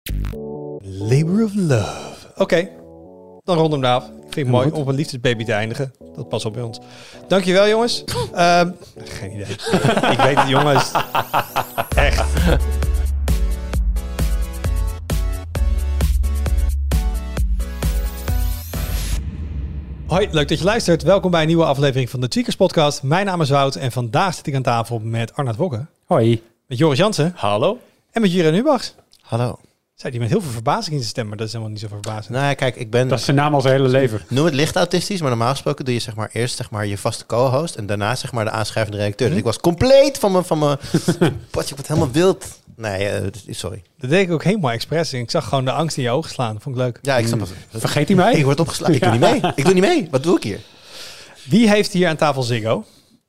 Labor of Love. Oké, dan rond hem af. Ik vind het mooi om op een liefdesbaby te eindigen. Dat past op bij ons. Dankjewel, jongens. Geen idee. Ik weet het, jongens. Echt. Hoi, leuk dat je luistert. Welkom bij een nieuwe aflevering van de Tweakers Podcast. Mijn naam is Wout en vandaag zit ik aan tafel met Arnoud Wokke. Hoi. Met Joris Jansen. Hallo. En met Jurgen Ubachs. Hallo. Zei die met heel veel verbazing in zijn stem, maar dat is helemaal niet zo verbazend. Nou, kijk, ik ben... Dat is zijn naam al zijn hele leven. Noem het licht autistisch, maar normaal gesproken doe je eerst je vaste co-host en daarna de aanschrijvende redacteur. Dus ik was compleet van mijn potje, wat helemaal wild. Nee, sorry. Dat deed ik ook helemaal expres. Ik zag gewoon de angst in je ogen slaan. Vond ik leuk. Ja, ik snap het. Vergeet hij mij? Ik word opgeslagen. Ik doe niet mee. Ik doe niet mee. Wat doe ik hier? Wie heeft hier aan tafel Ziggo?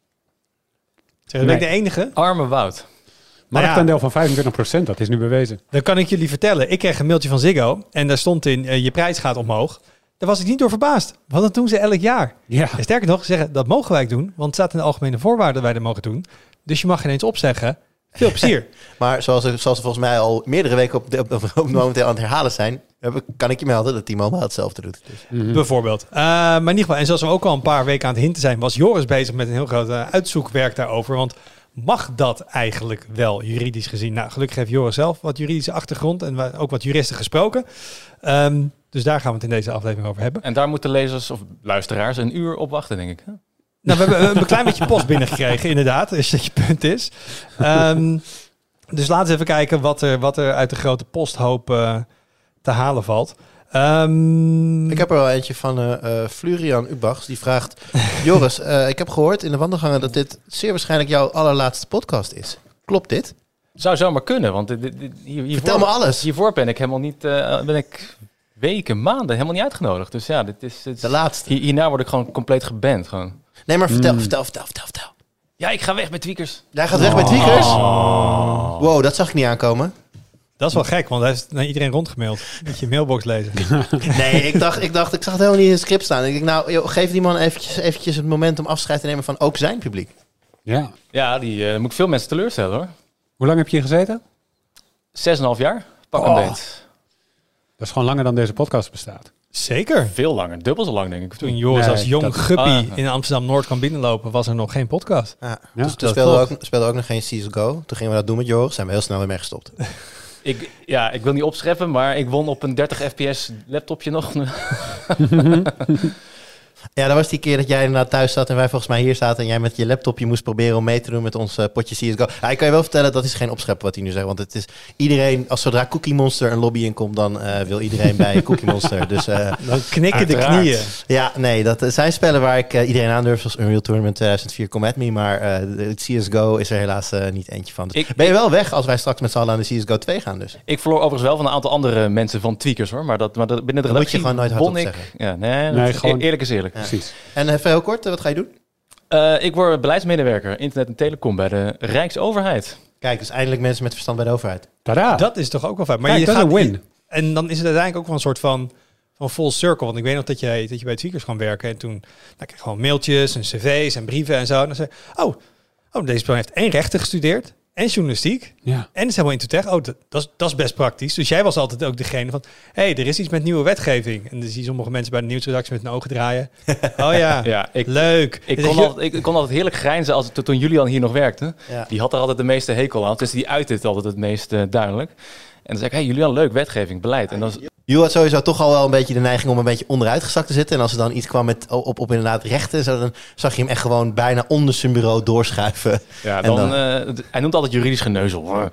Ben ik de enige? Arme Wout. Marktaandeel van 25%, dat is nu bewezen. Dan kan ik jullie vertellen. Ik kreeg een mailtje van Ziggo en daar stond in, je prijs gaat omhoog. Daar was ik niet door verbaasd. Want dat doen ze elk jaar. Ja. En sterker nog, zeggen dat mogen wij doen. Want het staat in de algemene voorwaarden dat wij dat mogen doen. Dus je mag geen eens opzeggen. Veel plezier. Maar zoals ze volgens mij al meerdere weken op momenteel aan het herhalen zijn, kan ik je melden dat T-Mobile hetzelfde doet. Dus. Bijvoorbeeld. Maar in ieder geval, en zoals we ook al een paar weken aan het hinten zijn, was Joris bezig met een heel groot uitzoekwerk daarover. Want mag dat eigenlijk wel juridisch gezien? Nou, gelukkig heeft Joris zelf wat juridische achtergrond en ook wat juristen gesproken. Dus daar gaan we het in deze aflevering over hebben. En daar moeten lezers of luisteraars een uur op wachten, denk ik. Hè? Nou, we hebben een klein beetje post binnengekregen, inderdaad, als dat je punt is. Dus laten we even kijken wat er uit de grote posthoop te halen valt. Ik heb er wel eentje van Florian Ubachs. Die vraagt, Joris, ik heb gehoord in de wandelgangen dat dit zeer waarschijnlijk jouw allerlaatste podcast is. Klopt dit? Zou zomaar kunnen, want Vertel me alles. Hiervoor ben ik helemaal niet, ben ik weken, maanden helemaal niet uitgenodigd. Dus ja, dit is de laatste. Hierna word ik gewoon compleet geband. Gewoon. Nee, maar vertel. Ja, ik ga weg met Tweakers. Jij gaat weg met Tweakers? Wow, dat zag ik niet aankomen. Dat is wel gek, want hij heeft naar iedereen rondgemaild. Moet je mailbox lezen. Nee, ik zag het helemaal niet in het script staan. Ik denk, nou, joh, geef die man eventjes het moment om afscheid te nemen van ook zijn publiek. Ja. Ja, die moet ik veel mensen teleurstellen, hoor. Hoe lang heb je hier gezeten? 6,5 jaar. Pak een beet. Dat is gewoon langer dan deze podcast bestaat. Zeker. Veel langer. Dubbel zo lang, denk ik. Toen Joris als jong guppy in Amsterdam-Noord kwam binnenlopen, was er nog geen podcast. Ja. Ja, dus toen speelden we ook nog geen CSGO. Toen gingen we dat doen met Joris. Zijn we heel snel weer mee gestopt. Ik wil niet opscheppen, maar ik won op een 30 fps laptopje nog. Ja, dat was die keer dat jij inderdaad thuis zat en wij volgens mij hier zaten en jij met je laptopje moest proberen om mee te doen met ons potje CSGO. Ja, ik kan je wel vertellen, dat is geen opscheppen wat hij nu zegt, want het is iedereen, als zodra Cookie Monster een lobby inkomt, dan wil iedereen bij Cookie Monster. Dus, dan knikken de knieën. Ja, nee, dat zijn spellen waar ik iedereen aandurf, zoals Unreal Tournament 2004, Come At Me, maar het CSGO is er helaas niet eentje van. Dus ben je wel weg als wij straks met z'n allen aan de CSGO 2 gaan dus? Ik verloor overigens wel van een aantal andere mensen van Tweakers, hoor, maar binnen de redactie moet je gewoon nooit hardop won ik. zeggen. Ja, nee gewoon eerlijk is eerlijk. Ja. Precies. En even heel kort, wat ga je doen? Ik word beleidsmedewerker internet en telecom bij de Rijksoverheid. Kijk, dus eindelijk mensen met verstand bij de overheid. Tadaa. Dat is toch ook wel fijn. Maar Kijk, je dat is gaat een win. En dan is het uiteindelijk ook wel een soort van full circle. Want ik weet nog dat je bij Tweakers kwam werken. En toen kreeg ik gewoon mailtjes en cv's en brieven en zo. En dan zei deze persoon heeft en rechten gestudeerd en journalistiek. Ja. En is helemaal into tech. Dat is best praktisch. Dus jij was altijd ook degene van, er is iets met nieuwe wetgeving. En dan zie je sommige mensen bij de nieuwsredactie met hun ogen draaien. Oh ja, leuk. Ik kon altijd heerlijk grijnzen toen Julian hier nog werkte. Ja. Die had er altijd de meeste hekel aan. Dus die uitte het altijd het meest duidelijk. En dan zei ik, Julian, leuk, wetgeving, beleid. En dan Je had sowieso toch al wel een beetje de neiging om een beetje onderuitgezakt te zitten. En als er dan iets kwam met op inderdaad rechten, dan zag je hem echt gewoon bijna onder zijn bureau doorschuiven. Ja, hij noemt altijd juridisch geneuzel.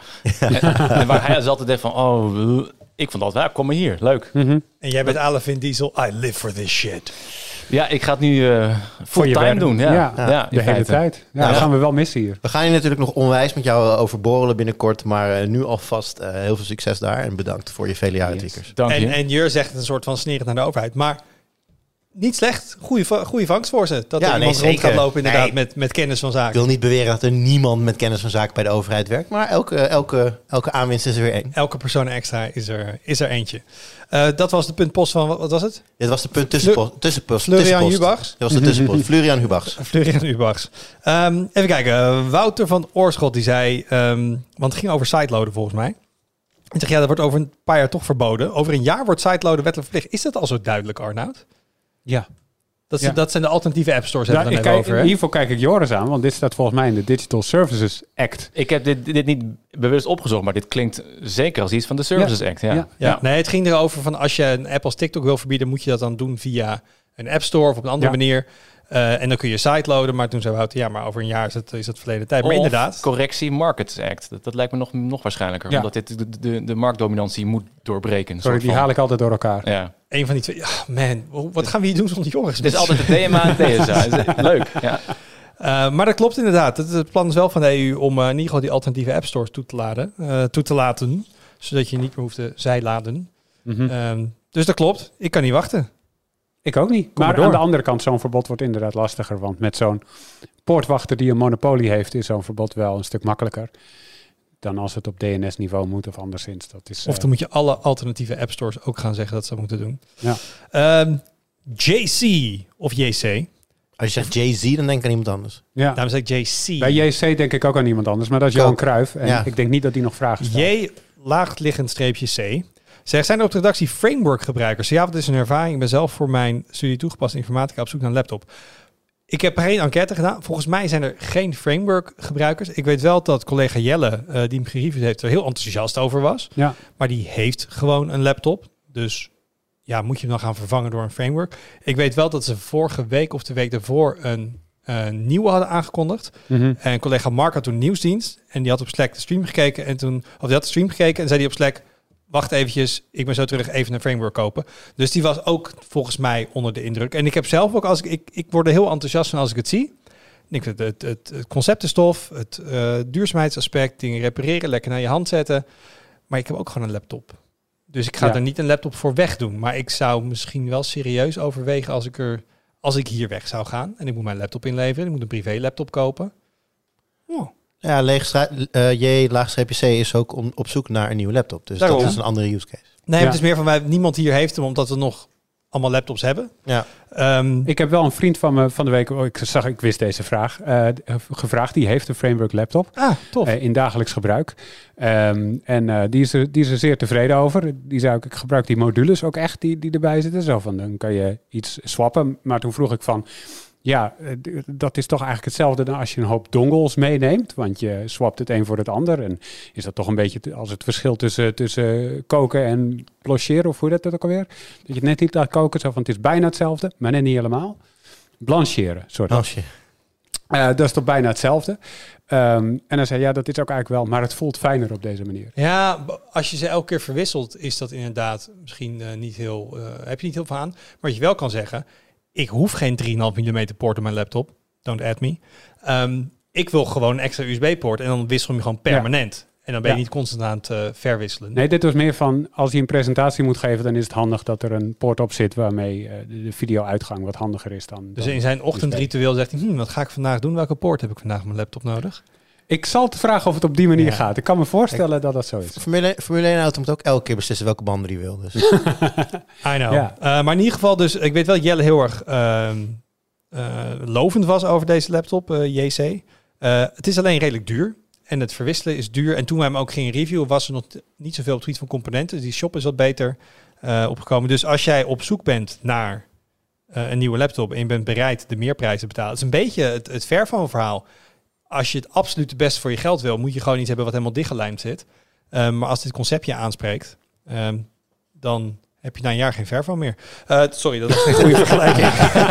En waar hij altijd denkt van, ik vond altijd, kom maar hier, leuk. En jij bent alle Vin Diesel, I live for this shit. Ja, ik ga het nu fulltime doen. Ja, de hele tijd. Ja, dat gaan we wel missen hier. We gaan je natuurlijk nog onwijs met jou overborrelen binnenkort. Maar nu alvast heel veel succes daar. En bedankt voor je vele jaren Tweakers. Dank je. En Jur zegt een soort van snerend naar de overheid. Maar niet slecht. Goede vangst voor ze. Dat er iemand rond gaat lopen inderdaad met kennis van zaken. Ik wil niet beweren dat er niemand met kennis van zaken bij de overheid werkt. Maar elke aanwinst is er weer één. Elke persoon extra is er eentje. Dat was de puntpost van, wat was het? Dit was de punt tussenpost. Florian Hubachs. Dat was de tussenpost. Florian Hubachs. Florian Hubachs. Even kijken. Wouter van Oorschot die zei, want het ging over siteloaden volgens mij. En zeg, ja, dat wordt over een paar jaar toch verboden. Over een jaar wordt siteloaden wettelijk verplicht. Is dat al zo duidelijk, Arnoud? Ja. Dat zijn de alternatieve app stores. Hebben we dan even over, in ieder geval kijk ik Joris aan, want dit staat volgens mij in de Digital Services Act. Ik heb dit niet bewust opgezocht, maar dit klinkt zeker als iets van de Services Act. Ja. Ja. Nee, het ging erover van als je een app als TikTok wil verbieden, moet je dat dan doen via een app store of op een andere manier. En dan kun je siteloaden, maar toen zei Wouter, maar over een jaar is het verleden tijd. Maar inderdaad. Correctie Markets Act. Dat lijkt me nog waarschijnlijker. Omdat dit de marktdominantie moet doorbreken. Sorry, die haal ik altijd door elkaar. Ja. Eén van die twee. Wat gaan we hier doen zonder Joris? Het is altijd de DMA en TSA. Leuk, ja. Maar dat klopt inderdaad. Het plan is wel van de EU om in ieder geval die alternatieve app stores toe te laten. Zodat je niet meer hoeft te zijladen. Mm-hmm. Dus dat klopt. Ik kan niet wachten. Ik ook niet. Maar aan de andere kant, zo'n verbod wordt inderdaad lastiger. Want met zo'n poortwachter die een monopolie heeft, is zo'n verbod wel een stuk makkelijker dan als het op DNS-niveau moet of anderszins. Dat is, of dan moet je alle alternatieve app stores ook gaan zeggen dat ze dat moeten doen. Ja. JC of JC. Als je zegt Jay-Z, dan denk ik aan iemand anders. Ja. Daarom zeg ik JC. Bij JC denk ik ook aan iemand anders, maar dat is Johan Cruijff. En ik denk niet dat hij nog vragen stelt. J_C. Zeg, zijn er op de redactie framework-gebruikers? Ja, dat is een ervaring. Ik ben zelf voor mijn studie toegepaste informatica op zoek naar een laptop. Ik heb geen enquête gedaan. Volgens mij zijn er geen framework-gebruikers. Ik weet wel dat collega Jelle, die hem gereviewd heeft, er heel enthousiast over was. Ja. Maar die heeft gewoon een laptop. Dus ja, moet je hem dan gaan vervangen door een framework. Ik weet wel dat ze vorige week of de week daarvoor een nieuwe hadden aangekondigd. Mm-hmm. En collega Mark had toen nieuwsdienst. En die had op Slack de stream gekeken. En die had de stream gekeken en zei hij op Slack, wacht eventjes, ik ben zo terug, even een framework kopen. Dus die was ook volgens mij onder de indruk. En ik heb zelf ook, ik word er heel enthousiast van als ik het zie. Ik vind het concept is tof, het duurzaamheidsaspect, dingen repareren, lekker naar je hand zetten. Maar ik heb ook gewoon een laptop. Dus ik ga er niet een laptop voor weg doen. Maar ik zou misschien wel serieus overwegen als ik hier weg zou gaan. En ik moet mijn laptop inleveren, ik moet een privé laptop kopen. Oh. Ja, J_C is ook op zoek naar een nieuwe laptop. Dus dat is een andere use case. Nee, het is meer van niemand hier heeft hem, omdat we nog allemaal laptops hebben. Ja. Ik heb wel een vriend van me van de week, ik wist deze vraag, gevraagd. Die heeft een framework laptop. Tof. In dagelijks gebruik. Die is er zeer tevreden over. Die zei ook, ik gebruik die modules ook echt die erbij zitten. Zo van, dan kan je iets swappen. Maar toen vroeg ik van, ja, dat is toch eigenlijk hetzelfde dan als je een hoop dongles meeneemt. Want je swapt het een voor het ander. En is dat toch een beetje als het verschil tussen koken en blancheren, of hoe dat ook alweer? Dat je het net niet laat koken, zo van het is bijna hetzelfde, maar net niet helemaal. Blancheren, sorry. Dat is toch bijna hetzelfde. En dan zei ja, dat is ook eigenlijk wel, maar het voelt fijner op deze manier. Ja, als je ze elke keer verwisselt, is dat inderdaad misschien niet heel, heb je niet heel veel aan. Maar wat je wel kan zeggen, ik hoef geen 3,5 mm poort op mijn laptop. Don't add me. Ik wil gewoon een extra USB-poort en dan wissel je hem gewoon permanent. Ja. En dan ben je niet constant aan het verwisselen. Nee, dit was meer van, als je een presentatie moet geven, dan is het handig dat er een poort op zit waarmee de video-uitgang wat handiger is dan. Dus in zijn ochtendritueel zegt hij, wat ga ik vandaag doen? Welke poort heb ik vandaag op mijn laptop nodig? Ik zal te vragen of het op die manier gaat. Ik kan me voorstellen dat dat zo is. Formule 1-auto moet ook elke keer beslissen welke banden die wil. Dus. I know. Ja. Maar in ieder geval, dus ik weet wel Jelle heel erg lovend was over deze laptop, JC. Het is alleen redelijk duur. En het verwisselen is duur. En toen wij hem ook gingen reviewen, was er nog niet zoveel op het gebied van componenten. Dus die shop is wat beter opgekomen. Dus als jij op zoek bent naar een nieuwe laptop en je bent bereid de meerprijs te betalen. Het is een beetje het Fairphone-verhaal. Als je het absoluut het beste voor je geld wil, moet je gewoon iets hebben wat helemaal dichtgelijmd zit. Maar als dit concept je aanspreekt, dan heb je na een jaar geen Fairphone meer. Sorry, dat is geen goede vergelijking.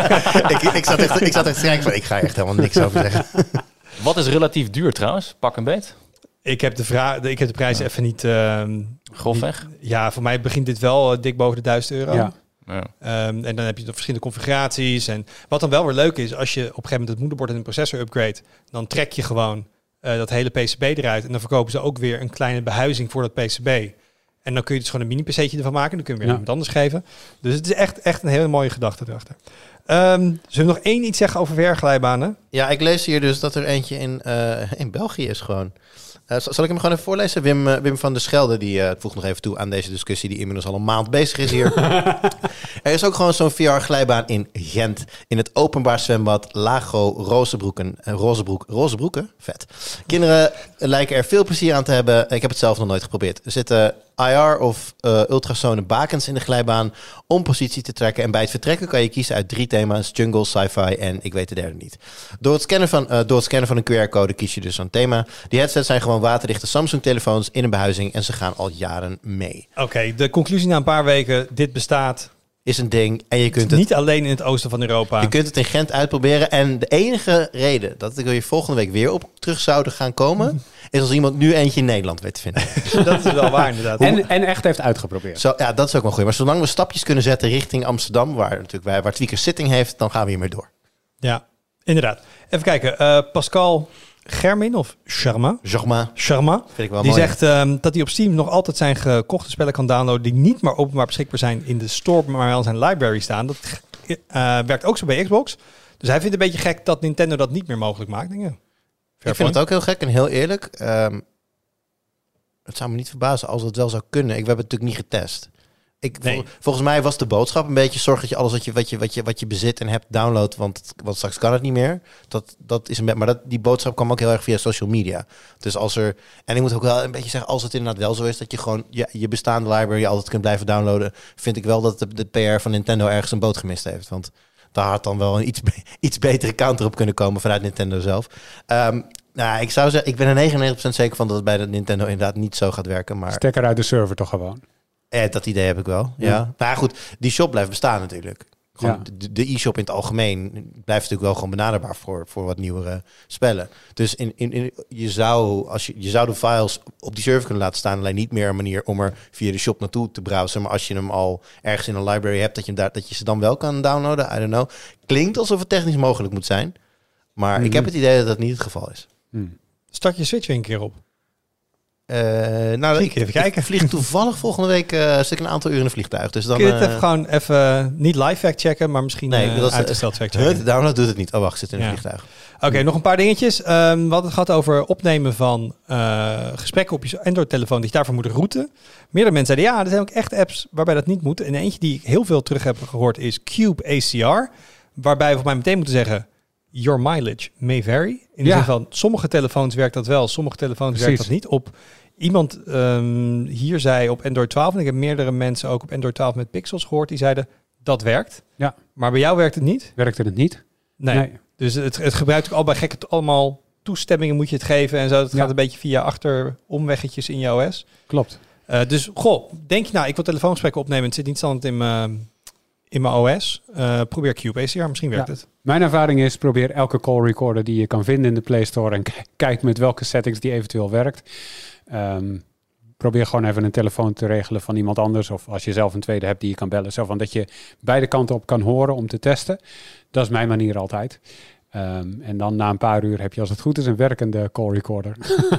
ik zat echt te kijken van, ik ga echt helemaal niks over zeggen. Wat is relatief duur trouwens? Pak een beet. Ik heb de prijs even niet... grofweg? Ja, voor mij begint dit wel dik boven de €1.000. Ja. Ja. En dan heb je nog verschillende configuraties. En wat dan wel weer leuk is, als je op een gegeven moment het moederbord en de processor upgrade, dan trek je gewoon dat hele PCB eruit. En dan verkopen ze ook weer een kleine behuizing voor dat PCB. En dan kun je dus gewoon een mini-PC'tje ervan maken. Dan kun je weer iemand anders geven. Dus het is echt een hele mooie gedachte erachter. Zullen we nog één iets zeggen over VR-glijbanen? Ja, ik lees hier dus dat er eentje in België is gewoon. Zal ik hem gewoon even voorlezen? Wim van der Schelde, die voegt nog even toe aan deze discussie die inmiddels al een maand bezig is hier. Er is ook gewoon zo'n VR-glijbaan in Gent. In het openbaar zwembad Lago Rozebroeken. Vet. Kinderen lijken er veel plezier aan te hebben. Ik heb het zelf nog nooit geprobeerd. Er zitten IR of ultrasone bakens in de glijbaan om positie te trekken. En bij het vertrekken kan je kiezen uit 3 thema's: jungle, sci-fi en ik weet de derde niet. Door het scannen van een QR-code kies je dus zo'n thema. Die headsets zijn gewoon waterdichte Samsung-telefoons in een behuizing en ze gaan al jaren mee. Oké, de conclusie na een paar weken, dit bestaat. Is een ding en je kunt het Niet alleen in het oosten van Europa. Je kunt het in Gent uitproberen. En de enige reden dat ik er je volgende week weer op terug zouden gaan komen, is als iemand nu eentje in Nederland weet te vinden. Dat is wel waar inderdaad. En echt heeft uitgeprobeerd. Ja, dat is ook wel goed. Maar zolang we stapjes kunnen zetten richting Amsterdam, waar Tweakers zitting heeft, dan gaan we hiermee door. Ja, inderdaad. Even kijken. Pascal Germin of Charma. Vind ik wel die mooi. zegt dat hij op Steam nog altijd zijn gekochte spellen kan downloaden die niet maar openbaar beschikbaar zijn in de store, maar wel in zijn library staan. Dat werkt ook zo bij Xbox. Dus hij vindt het een beetje gek dat Nintendo dat niet meer mogelijk maakt. Denk je? Ik vind het ook heel gek en heel eerlijk. Het zou me niet verbazen als het wel zou kunnen. We hebben het natuurlijk niet getest. Volgens mij was de boodschap een beetje: zorg dat je alles wat je bezit en hebt downloadt, want straks kan het niet meer. Dat is maar die boodschap kwam ook heel erg via social media. Dus en ik moet ook wel een beetje zeggen, als het inderdaad wel zo is dat je gewoon je bestaande library altijd kunt blijven downloaden, vind ik wel dat de PR van Nintendo ergens een boot gemist heeft. Want daar had dan wel een iets betere counter op kunnen komen vanuit Nintendo zelf. Ik zou zeggen, ik ben er 99% zeker van dat het bij de Nintendo inderdaad niet zo gaat werken. Maar Stekker uit de server toch gewoon. Dat idee heb ik wel, ja. Maar goed, die shop blijft bestaan natuurlijk. Gewoon de e-shop in het algemeen blijft natuurlijk wel gewoon benaderbaar voor wat nieuwere spellen. Dus je zou de files op die server kunnen laten staan, alleen niet meer een manier om er via de shop naartoe te browsen. Maar als je hem al ergens in een library hebt, dat je ze dan wel kan downloaden. I don't know. Klinkt alsof het technisch mogelijk moet zijn. Maar ik heb het idee dat dat niet het geval is. Start je Switch weer een keer op. Even kijken. Ik vlieg toevallig volgende week een aantal uur in een vliegtuig. Dus dan kun je het even niet live fact checken, maar misschien uitgesteld fact checken. De download doet het niet. Oh wacht, zit in een vliegtuig. Oké, nog een paar dingetjes. We hadden het gehad over opnemen van gesprekken op je Android-telefoon, dat je daarvoor moet routen. Meerdere mensen zeiden, ja, er zijn ook echt apps waarbij dat niet moet. En eentje die ik heel veel terug heb gehoord is Cube ACR, waarbij we voor mij meteen moeten zeggen, your mileage may vary. In de zin van, sommige telefoons werkt dat wel, sommige telefoons werkt dat niet. Iemand hier zei op Android 12, en ik heb meerdere mensen ook op Android 12 met Pixels gehoord, die zeiden, dat werkt. Ja. Maar bij jou werkt het niet? Werkte het niet? Nee. Dus het gebruikt ook al bij allemaal toestemmingen moet je het geven en zo. Het gaat een beetje via achteromweggetjes in je OS. Klopt. Dus denk je ik wil telefoongesprekken opnemen, het zit niet standaard in mijn OS. Probeer Cube ACR, misschien werkt het. Mijn ervaring is, probeer elke call recorder die je kan vinden in de Play Store en kijk met welke settings die eventueel werkt. Probeer gewoon even een telefoon te regelen van iemand anders. Of als je zelf een tweede hebt die je kan bellen. Zo van dat je beide kanten op kan horen om te testen. Dat is mijn manier altijd. En dan na een paar uur heb je als het goed is een werkende call recorder.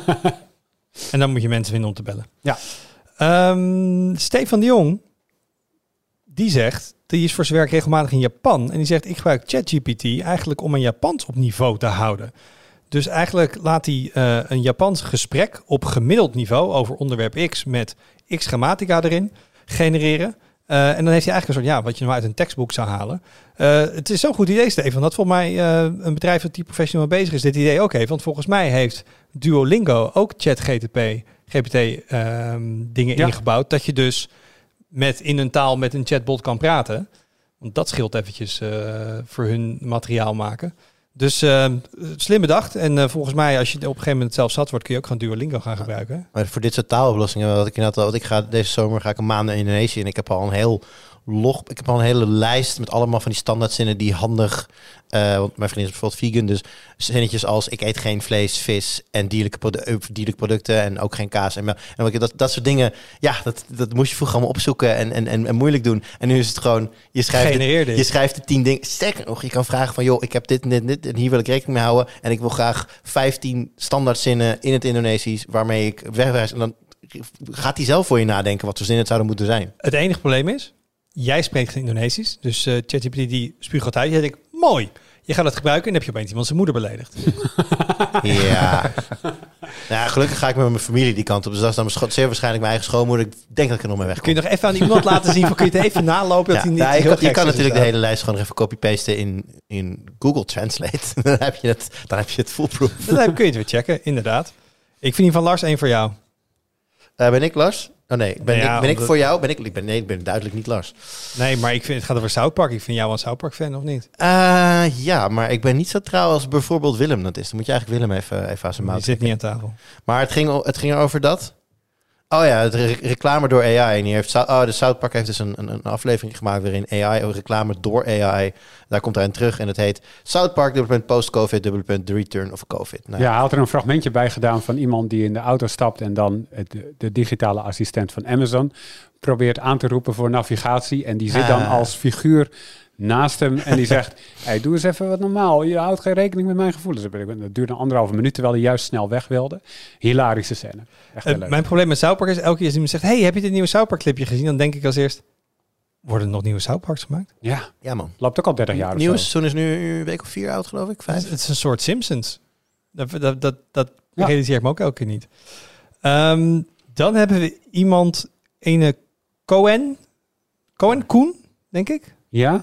En dan moet je mensen vinden om te bellen. Ja. Stefan de Jong, die zegt, die is voor zijn werk regelmatig in Japan. En die zegt, ik gebruik ChatGPT eigenlijk om mijn Japans op niveau te houden. Dus eigenlijk laat hij een Japans gesprek op gemiddeld niveau over onderwerp X met X grammatica erin genereren. En dan heeft hij eigenlijk een soort, wat je nou uit een tekstboek zou halen. Het is zo'n goed idee, Stefan, dat volgens mij een bedrijf dat die professioneel bezig is dit idee ook heeft. Want volgens mij heeft Duolingo ook GPT dingen ingebouwd. Dat je dus in een taal met een chatbot kan praten. Want dat scheelt eventjes voor hun materiaal maken. Dus slim bedacht. En volgens mij, als je op een gegeven moment zelf zat wordt, kun je ook gewoon Duolingo gaan gebruiken. Maar voor dit soort taaloplossingen, deze zomer ga ik een maand naar Indonesië en ik heb al een hele lijst met allemaal van die standaardzinnen die handig. Want mijn vriendin is bijvoorbeeld vegan, dus zinnetjes als ik eet geen vlees, vis en dierlijke producten en ook geen kaas en dat soort dingen. Ja, dat moest je vroeger allemaal opzoeken en moeilijk doen. En nu is het gewoon, je schrijft de 10 dingen. Sterker nog, je kan vragen van, ik heb dit en hier wil ik rekening mee houden en ik wil graag 15 standaardzinnen in het Indonesisch waarmee ik wegwijs. En dan gaat hij zelf voor je nadenken wat voor zinnen het zouden moeten zijn. Het enige probleem is, jij spreekt geen Indonesisch, dus ChatGPT die spuugt het uit. Je denkt, mooi, je gaat het gebruiken en dan heb je opeens iemand zijn moeder beledigd. Ja. Gelukkig ga ik met mijn familie die kant op. Dus dat is dan zeer waarschijnlijk mijn eigen schoonmoeder. Ik denk dat ik er nog mee weg kom. Kun je nog even aan iemand laten zien, kun je het even nalopen? Dat hij niet je kan natuurlijk de hele lijst gewoon even copy-pasten in Google Translate. Dan heb je het foolproof. Dan kun je het weer checken, inderdaad. Ik vind die van Lars één voor jou. Ben ik Lars? Oh nee, ben ik voor jou? Ik ben duidelijk niet Lars. Nee, maar ik vind het gaat over South Park. Ik vind jou een South Park fan, of niet? Ja, maar ik ben niet zo trouw als bijvoorbeeld Willem dat is. Dan moet je eigenlijk Willem even aan zijn mouw Je zit niet aan tafel. Maar het ging over dat. Oh ja, het reclame door AI. En die heeft, de South Park heeft dus een aflevering gemaakt waarin AI, reclame door AI, daar komt hij aan terug. En het heet South Park, post-COVID, The Return of COVID. Nou, Ja, hij had er een fragmentje bij gedaan van iemand die in de auto stapt en dan de digitale assistent van Amazon probeert aan te roepen voor navigatie. En die zit dan als figuur naast hem en die zegt, hey, doe eens even wat normaal. Je houdt geen rekening met mijn gevoelens. Dat duurde 1,5 minuut, terwijl hij juist snel weg wilde. Hilarische scène. Echt heel leuk. Mijn probleem met South Park is, elke keer als iemand zegt, hey, heb je dit nieuwe South Park clipje gezien? Dan denk ik als eerst, worden er nog nieuwe South Parks gemaakt? Ja man. Loopt ook al 30 jaar of Nieuwe zo. seizoen is nu een week of 4 oud, geloof ik. 5. Het is een soort Simpsons. Dat realiseer ik me ook elke keer niet. Dan hebben we iemand, ene Koen, denk ik? Ja?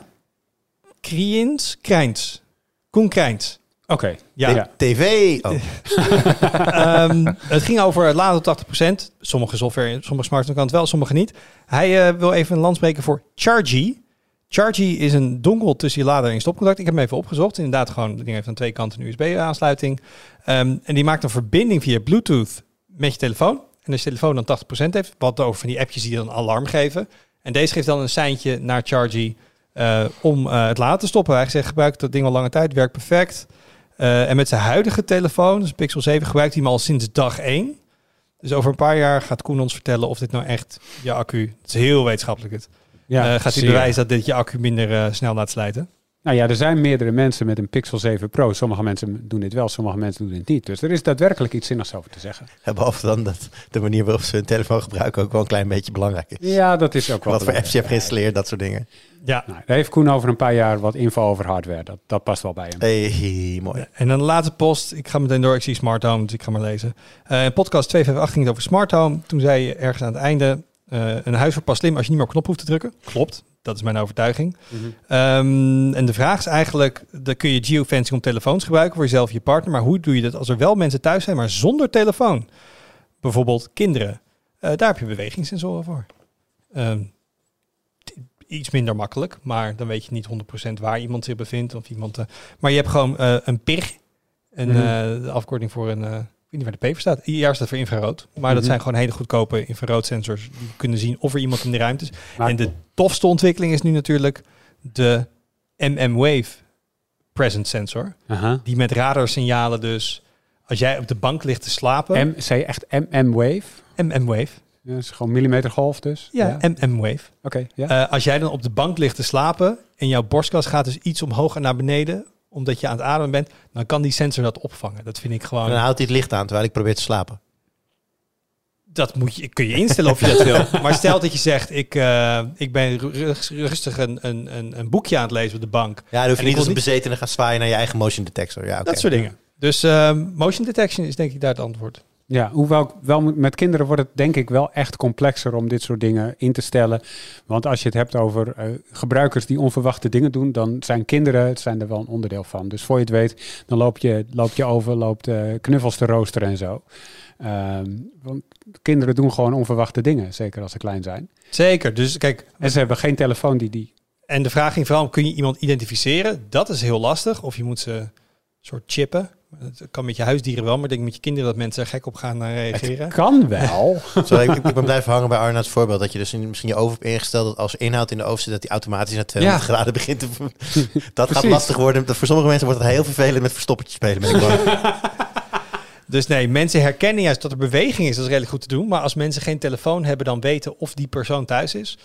Krijns. Koen Krijns. Oké. Ja. TV. Oh. Het ging over laden tot 80%. Sommige software, sommige smartphones kan het wel, sommige niet. Hij wil even een lans breken voor Chargy. Chargy is een dongle tussen je lader en je stopcontact. Ik heb hem even opgezocht. Inderdaad, gewoon, het ding heeft aan 2 kanten een USB-aansluiting. En die maakt een verbinding via Bluetooth met je telefoon. En als je telefoon dan 80% heeft, wat over van die appjes die dan alarm geven. En deze geeft dan een seintje naar Chargy om het laden te stoppen. Hij zegt, gebruik dat ding al lange tijd, werkt perfect. En met zijn huidige telefoon, dus Pixel 7, gebruikt hij hem al sinds dag 1. Dus over een paar jaar gaat Koen ons vertellen of dit nou echt je accu... Het is heel wetenschappelijk het. Gaat hij bewijzen dat dit je accu minder snel laat slijten? Nou ja, er zijn meerdere mensen met een Pixel 7 Pro. Sommige mensen doen dit wel, sommige mensen doen dit niet. Dus er is daadwerkelijk iets zinnigs over te zeggen. Ja, behalve dan dat de manier waarop ze hun telefoon gebruiken ook wel een klein beetje belangrijk is. Ja, dat is ook wel. Wat voor apps je hebt geïnstalleerd, dat soort dingen. Ja. Nou, daar heeft Koen over een paar jaar wat info over hardware. Dat past wel bij hem. Hey, mooi. Ja, en dan de laatste post. Ik ga meteen door. Ik zie Smart Home, dus ik ga maar lezen. Podcast 258 ging het over Smart Home. Toen zei je ergens aan het einde... een huis wordt pas slim als je niet meer op knop hoeft te drukken. Klopt, dat is mijn overtuiging. En de vraag is eigenlijk... Dan kun je geofencing op telefoons gebruiken voor jezelf en je partner. Maar hoe doe je dat als er wel mensen thuis zijn, maar zonder telefoon? Bijvoorbeeld kinderen. Daar heb je bewegingssensoren voor. Iets minder makkelijk, maar dan weet je niet 100% waar iemand zich bevindt. Of iemand, maar je hebt gewoon een PIR. De afkorting voor een... Ik weet niet waar de P voor staat. IR staat voor infrarood. Maar dat zijn gewoon hele goedkope infraroodsensors. Die kunnen zien of er iemand in de ruimte is. Maar en de tofste ontwikkeling is nu natuurlijk de MM-Wave Presence Sensor. Die met radarsignalen dus... Als jij op de bank ligt te slapen... Zei je echt MM-Wave? MM-Wave. Ja, dat is gewoon millimetergolf dus? Ja. MM-Wave. Oké. Ja. Als jij dan op de bank ligt te slapen... en jouw borstkas gaat dus iets omhoog en naar beneden... omdat je aan het ademen bent, dan kan die sensor dat opvangen. Dat vind ik gewoon... En dan houdt hij het licht aan terwijl ik probeer te slapen. Dat kun je instellen of je dat wil. Maar stel dat je zegt, ik ben rustig een boekje aan het lezen op de bank. Ja, dan hoef je niet als een bezetene gaan zwaaien naar je eigen motion detector. Ja, okay. Dat soort dingen. Dus motion detection is denk ik daar het antwoord. Ja, hoewel wel met kinderen wordt het denk ik wel echt complexer om dit soort dingen in te stellen. Want als je het hebt over gebruikers die onverwachte dingen doen, dan zijn kinderen er wel een onderdeel van. Dus voor je het weet, dan loopt je over, loopt knuffels te roosteren en zo. Want kinderen doen gewoon onverwachte dingen, zeker als ze klein zijn. Zeker, dus kijk... En ze hebben geen telefoon die... En de vraag ging vooral, kun je iemand identificeren? Dat is heel lastig. Of je moet ze een soort chippen. Dat kan met je huisdieren wel, maar ik denk met je kinderen dat mensen er gek op gaan reageren. Het kan wel. Sorry, ik ben blijven hangen bij Arnaud's voorbeeld. Dat je dus misschien je oven hebt ingesteld dat als inhoud in de oven zit, dat die automatisch naar 200 graden begint te... Dat gaat lastig worden. Voor sommige mensen wordt het heel vervelend met verstoppertje spelen. Ben ik bang. Dus nee, mensen herkennen juist dat er beweging is. Dat is redelijk goed te doen. Maar als mensen geen telefoon hebben, dan weten of die persoon thuis is.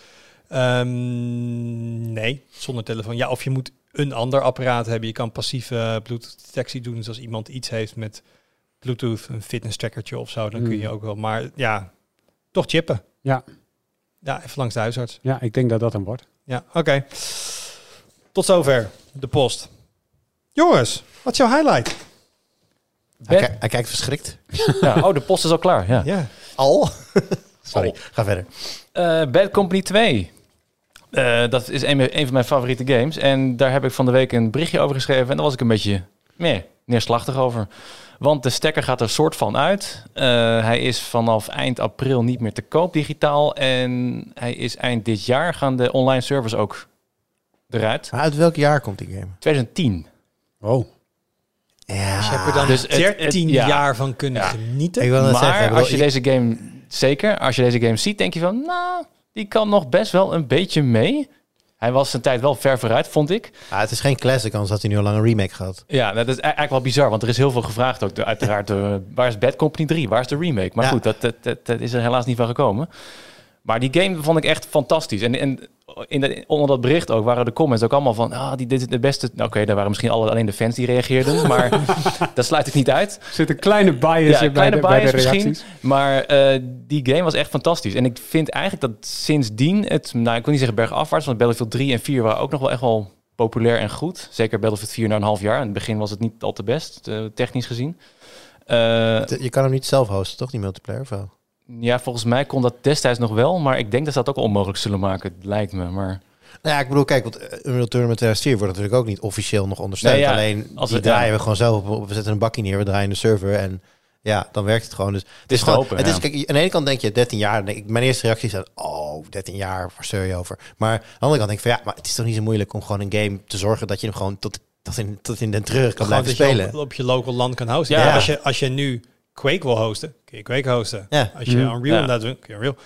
Nee, zonder telefoon. Ja, of je moet een ander apparaat hebben. Je kan passieve Bluetooth-detectie doen. Dus als iemand iets heeft met Bluetooth, een fitness trackertje of zo, dan kun je ook wel. Maar ja, toch chippen. Ja. Ja, even langs de huisarts. Ja, ik denk dat dat hem wordt. Ja, oké. Tot zover de post. Jongens, wat is jouw highlight? Hij kijkt verschrikt. Ja, de post is al klaar. Ja. Al? Sorry, ga verder. Bad Company 2. Dat is een van mijn favoriete games. En daar heb ik van de week een berichtje over geschreven. En daar was ik een beetje niet neerslachtig over. Want de stekker gaat er soort van uit. Hij is vanaf eind april niet meer te koop digitaal. En hij is eind dit jaar gaan de online servers ook eruit. Maar uit welk jaar komt die game? 2010. Oh. Ja, Dus je hebt er dan Dus 13 ja. jaar van kunnen genieten. ik wil net Maar zeggen, ik bedoel, als je deze game... Zeker, als je deze game ziet, denk je van... Nou, die kan nog best wel een beetje mee. Hij was zijn tijd wel ver vooruit, vond ik. het is geen classic, anders had hij nu al lang een remake gehad. Ja, dat is eigenlijk wel bizar, want er is heel veel gevraagd ook. Uiteraard, waar is Bad Company 3? Waar is de remake? Maar Ja. goed, dat is er helaas niet van gekomen. Maar die game vond ik echt fantastisch. En onder dat bericht ook waren de comments ook allemaal van... dit is de beste... Oké, daar waren misschien alleen de fans die reageerden. Maar dat sluit ik niet uit. Er zit een kleine bias in bij de reacties. Misschien. Maar die game was echt fantastisch. En ik vind eigenlijk dat sindsdien het... Nou, ik wil niet zeggen bergafwaarts, want Battlefield 3 en 4 waren ook nog wel echt wel populair en goed. Zeker Battlefield 4 na een half jaar. In het begin was het niet al te best, technisch gezien. Je kan hem niet zelf hosten, toch? Die multiplayer of wel? Ja, volgens mij kon dat destijds nog wel. Maar ik denk dat ze dat ook onmogelijk zullen maken. Lijkt me, maar... Nou ja, ik bedoel, kijk, want Unreal Tournament 2004 wordt natuurlijk ook niet officieel nog ondersteund. Nee, ja, alleen als die het- draaien ja. we gewoon zelf op. We zetten een bakje neer, we draaien de server en ja, dan werkt het gewoon. Dus het is te gewoon, open, het is, ja. kijk, aan de ene kant denk je 13 jaar, dan denk ik, mijn eerste reactie is 13 jaar, waar zeur je over? Maar aan de andere kant denk ik van ja, maar het is toch niet zo moeilijk om gewoon een game te zorgen dat je hem gewoon tot in den treurig kan Gewoon blijven dat je spelen. op je local land kan hosten. Ja. Ja. Als je nu Quake wil hosten, kun je Quake hosten. Ja. Als je Unreal Ja. inderdaad doet, kun je Unreal.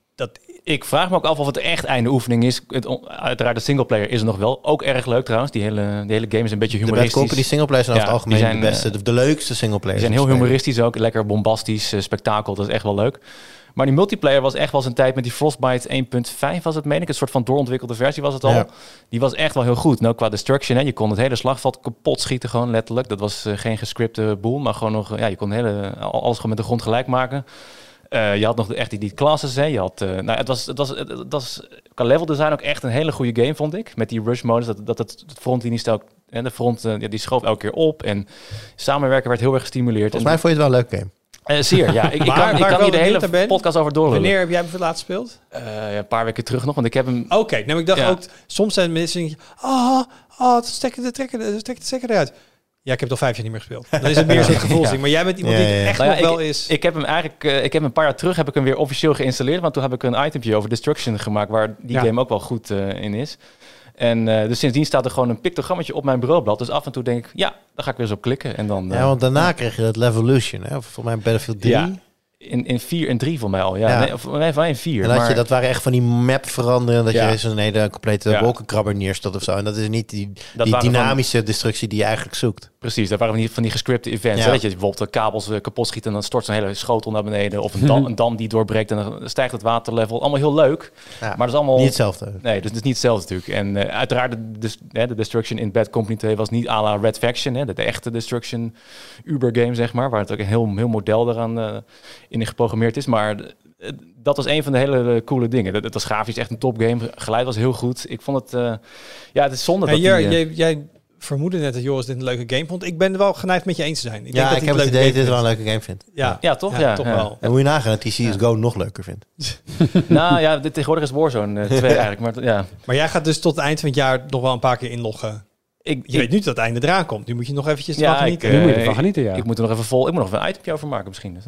Ik vraag me ook af of het echt einde oefening is. Uiteraard de singleplayer is er nog wel. Ook erg leuk trouwens. Die hele game is een beetje De Bad humoristisch. Company singleplayers zijn over Ja, het algemeen die de zijn, beste, de leukste singleplayers. Die zijn om heel te spelen. humoristisch ook. Lekker bombastisch, spektakel. Dat is echt wel leuk. Maar die multiplayer was echt wel zijn tijd met die Frostbite 1.5 was het, meen ik. Een soort van doorontwikkelde versie was het al. Ja. Die was echt wel heel goed. En ook qua destruction. Hè. Je kon het hele slagveld kapot schieten gewoon letterlijk. Dat was geen gescripte boel. Maar gewoon nog... je kon alles gewoon met de grond gelijk maken. Je had nog echt die classes. Hè. Je had, het was qua level design ook echt een hele goede game, vond ik. Met die rush modus. Dat het frontlinie en de front die schoof elke keer op. En samenwerken werd heel erg gestimuleerd. Volgens mij vond je het wel een leuk game. Zeer, ja. Ik Waar kan ik hier wel de benieuwd hele naar ben, podcast over doorlullen. Wanneer heb jij hem voor het laatst gespeeld? Een paar weken terug nog, want ik heb hem... Oké, nou ik dacht Ja. ook, soms zijn mensen die trek de stekker eruit. Ja, ik heb het al 5 jaar niet meer gespeeld. Dan is het meer zo'n gevoelsding. Maar jij bent iemand die Ja, ja, het ja. echt Nou ja, nog wel is. Ik heb hem eigenlijk... ik heb een paar jaar terug heb ik hem weer officieel geïnstalleerd. Want toen heb ik een itempje over Destruction gemaakt, waar die game ook wel goed in is. En dus sindsdien staat er gewoon een pictogrammetje op mijn bureaublad. Dus af en toe denk ik, ja, daar ga ik weer eens op klikken. En dan... Ja, want daarna kreeg je dat Levolution, hè? Of volgens mij Battlefield 3. Ja. In 4 en 3 voor mij al, ja. Ja. Nee, of nee, van in 4. En dat waren echt van die map veranderen, dat Ja. je zo'n hele complete Ja. wolkenkrabber neerstort of zo. En dat is niet die waren dynamische destructie die je eigenlijk zoekt. Precies, dat waren van die gescripte events. Ja. Hè, dat je bijvoorbeeld de kabels kapot schiet en dan stort zo'n hele schotel naar beneden. Of een dam die doorbreekt en dan stijgt het waterlevel. Allemaal heel leuk. Ja, Maar dat is allemaal... niet hetzelfde. Nee, dus het is niet hetzelfde natuurlijk. En uiteraard de Destruction in Bad Company 2 was niet à la Red Faction. Hè, de echte Destruction Uber-game, zeg maar. Waar het ook een heel model eraan in geprogrammeerd is. Maar dat was een van de hele coole dingen. Dat was grafisch echt een topgame. Geluid was heel goed. Ik vond het... het is zonde dat Jij vermoedde net dat Joris dit een leuke game vond. Ik ben er wel geneigd met je eens te zijn. Ik denk Ja, dat ik hij heb het een leuke idee dat game dit wel een vindt. leuke game vindt. Ja, Ja, toch? Ja, toch ja. wel. En moet je nagaan dat hij CSGO nog leuker vindt. Nou ja, tegenwoordig is Warzone 2 eigenlijk. Maar ja... Maar jij gaat dus tot het eind van het jaar nog wel een paar keer inloggen. Je weet nu dat het einde eraan komt. Nu moet je nog eventjes Ja, ervan genieten. Nu moet je ervan genieten, ja. Ik moet er nog even ik moet nog een itempje over maken misschien.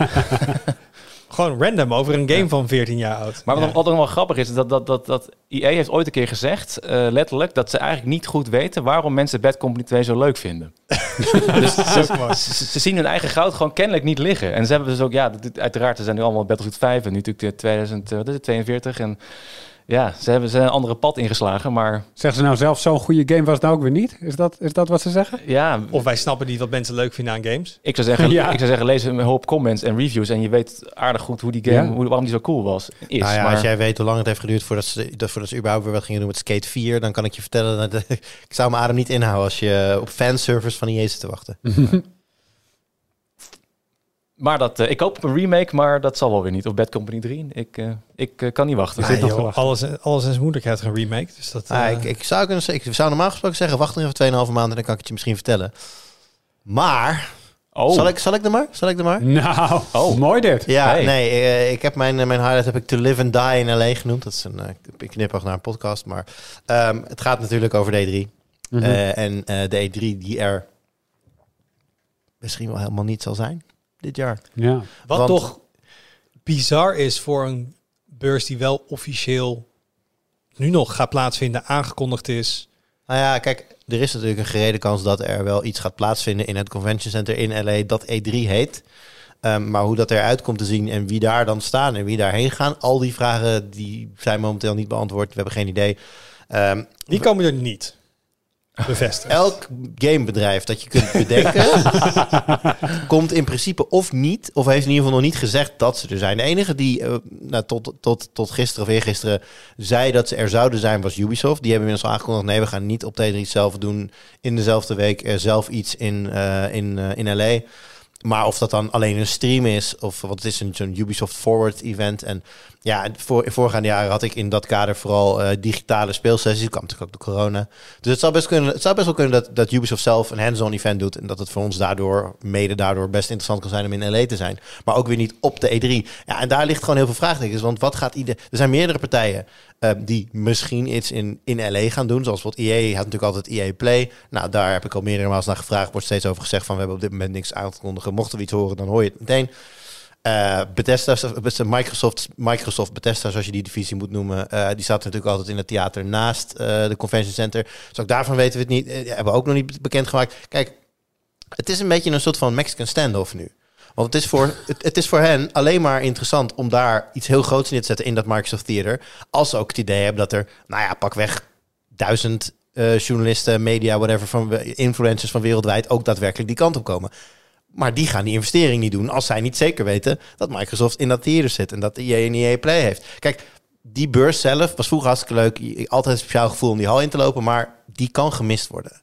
Gewoon random over een game van 14 jaar oud. Maar Ja. wat nog wel grappig is, dat EA heeft ooit een keer gezegd, letterlijk, dat ze eigenlijk niet goed weten waarom mensen Bad Company 2 zo leuk vinden. Dus ze zien hun eigen goud gewoon kennelijk niet liggen. En ze hebben dus ook, uiteraard, er zijn nu allemaal Battlefield 5 en nu natuurlijk 2042. En ja, ze hebben een andere pad ingeslagen, maar Zeggen ze nou zelf, zo'n goede game was het nou ook weer niet? Is dat wat ze zeggen? ja... Of wij snappen niet wat mensen leuk vinden aan games. Ik zou zeggen, Ja. lees een hoop comments en reviews en je weet aardig goed hoe die game, Ja. waarom die zo cool was. Nou ja, maar als jij weet hoe lang het heeft geduurd voordat ze überhaupt weer wat gingen doen met Skate 4, dan kan ik je vertellen dat ik zou mijn adem niet inhouden als je op fanservice van EA zit te wachten. Maar ik hoop op een remake, maar dat zal wel weer niet. Of Bad Company 3. Ik kan niet wachten. zit nog te joh, wachten. alles in zijn moeder krijgt een remake. Dus dat, Ik zou normaal gesproken zeggen, wacht nog even 2,5 maanden en dan kan ik het je misschien vertellen. Maar, Oh, zal ik er maar? Nou, mooi dit. Ja, Hey. nee, ik heb mijn highlight heb ik To Live and Die in LA genoemd. Dat is een knipoog naar een podcast, maar het gaat natuurlijk over de E3. En de E3 die er misschien wel helemaal niet zal zijn dit jaar. Ja. Wat Want- toch bizar is voor een beurs die wel officieel nu nog gaat plaatsvinden, aangekondigd is. Nou ja, kijk, er is natuurlijk een gerede kans dat er wel iets gaat plaatsvinden in het Convention Center in LA dat E3 heet. Maar hoe dat eruit komt te zien en wie daar dan staan en wie daarheen gaan, al die vragen die zijn momenteel niet beantwoord. We hebben geen idee. Die komen er niet. Bevestigd. Elk gamebedrijf dat je kunt bedenken, komt in principe of niet, of heeft in ieder geval nog niet gezegd dat ze er zijn. De enige die tot gisteren of eergisteren zei dat ze er zouden zijn, was Ubisoft. Die hebben inmiddels al aangekondigd, nee, we gaan niet op T3 zelf doen in dezelfde week zelf iets in LA. Maar of dat dan alleen een stream is, of wat is zo'n Ubisoft Forward event. En ja, in voorgaande jaren had ik in dat kader vooral digitale speelsessies. Dat kwam natuurlijk ook door corona. Dus het zou best wel kunnen dat Ubisoft zelf een hands-on event doet. En dat het voor ons mede daardoor best interessant kan zijn om in LA te zijn. Maar ook weer niet op de E3. Ja, en daar ligt gewoon heel veel vraagtekens. Want wat gaat er zijn meerdere partijen die misschien iets in LA gaan doen. Zoals bijvoorbeeld EA had natuurlijk altijd EA Play. Nou, daar heb ik al meerdere maals naar gevraagd. Wordt steeds over gezegd van we hebben op dit moment niks aan te kondigen. Mochten we iets horen, dan hoor je het meteen. Bethesda, Microsoft Bethesda, zoals je die divisie moet noemen, die staat natuurlijk altijd in het theater naast de Convention Center. Dus ook daarvan weten we het niet. Hebben we ook nog niet bekendgemaakt. Kijk, het is een beetje een soort van Mexican standoff nu. Want het is voor hen alleen maar interessant om daar iets heel groots neer te zetten in dat Microsoft Theater. Als ze ook het idee hebben dat er, pakweg 1000 journalisten, media, whatever, van influencers van wereldwijd ook daadwerkelijk die kant op komen. Maar die gaan die investering niet doen als zij niet zeker weten dat Microsoft in dat theater zit en dat EA en EA Play heeft. Kijk, die beurs zelf was vroeger hartstikke leuk. Altijd een speciaal gevoel om die hal in te lopen, maar die kan gemist worden.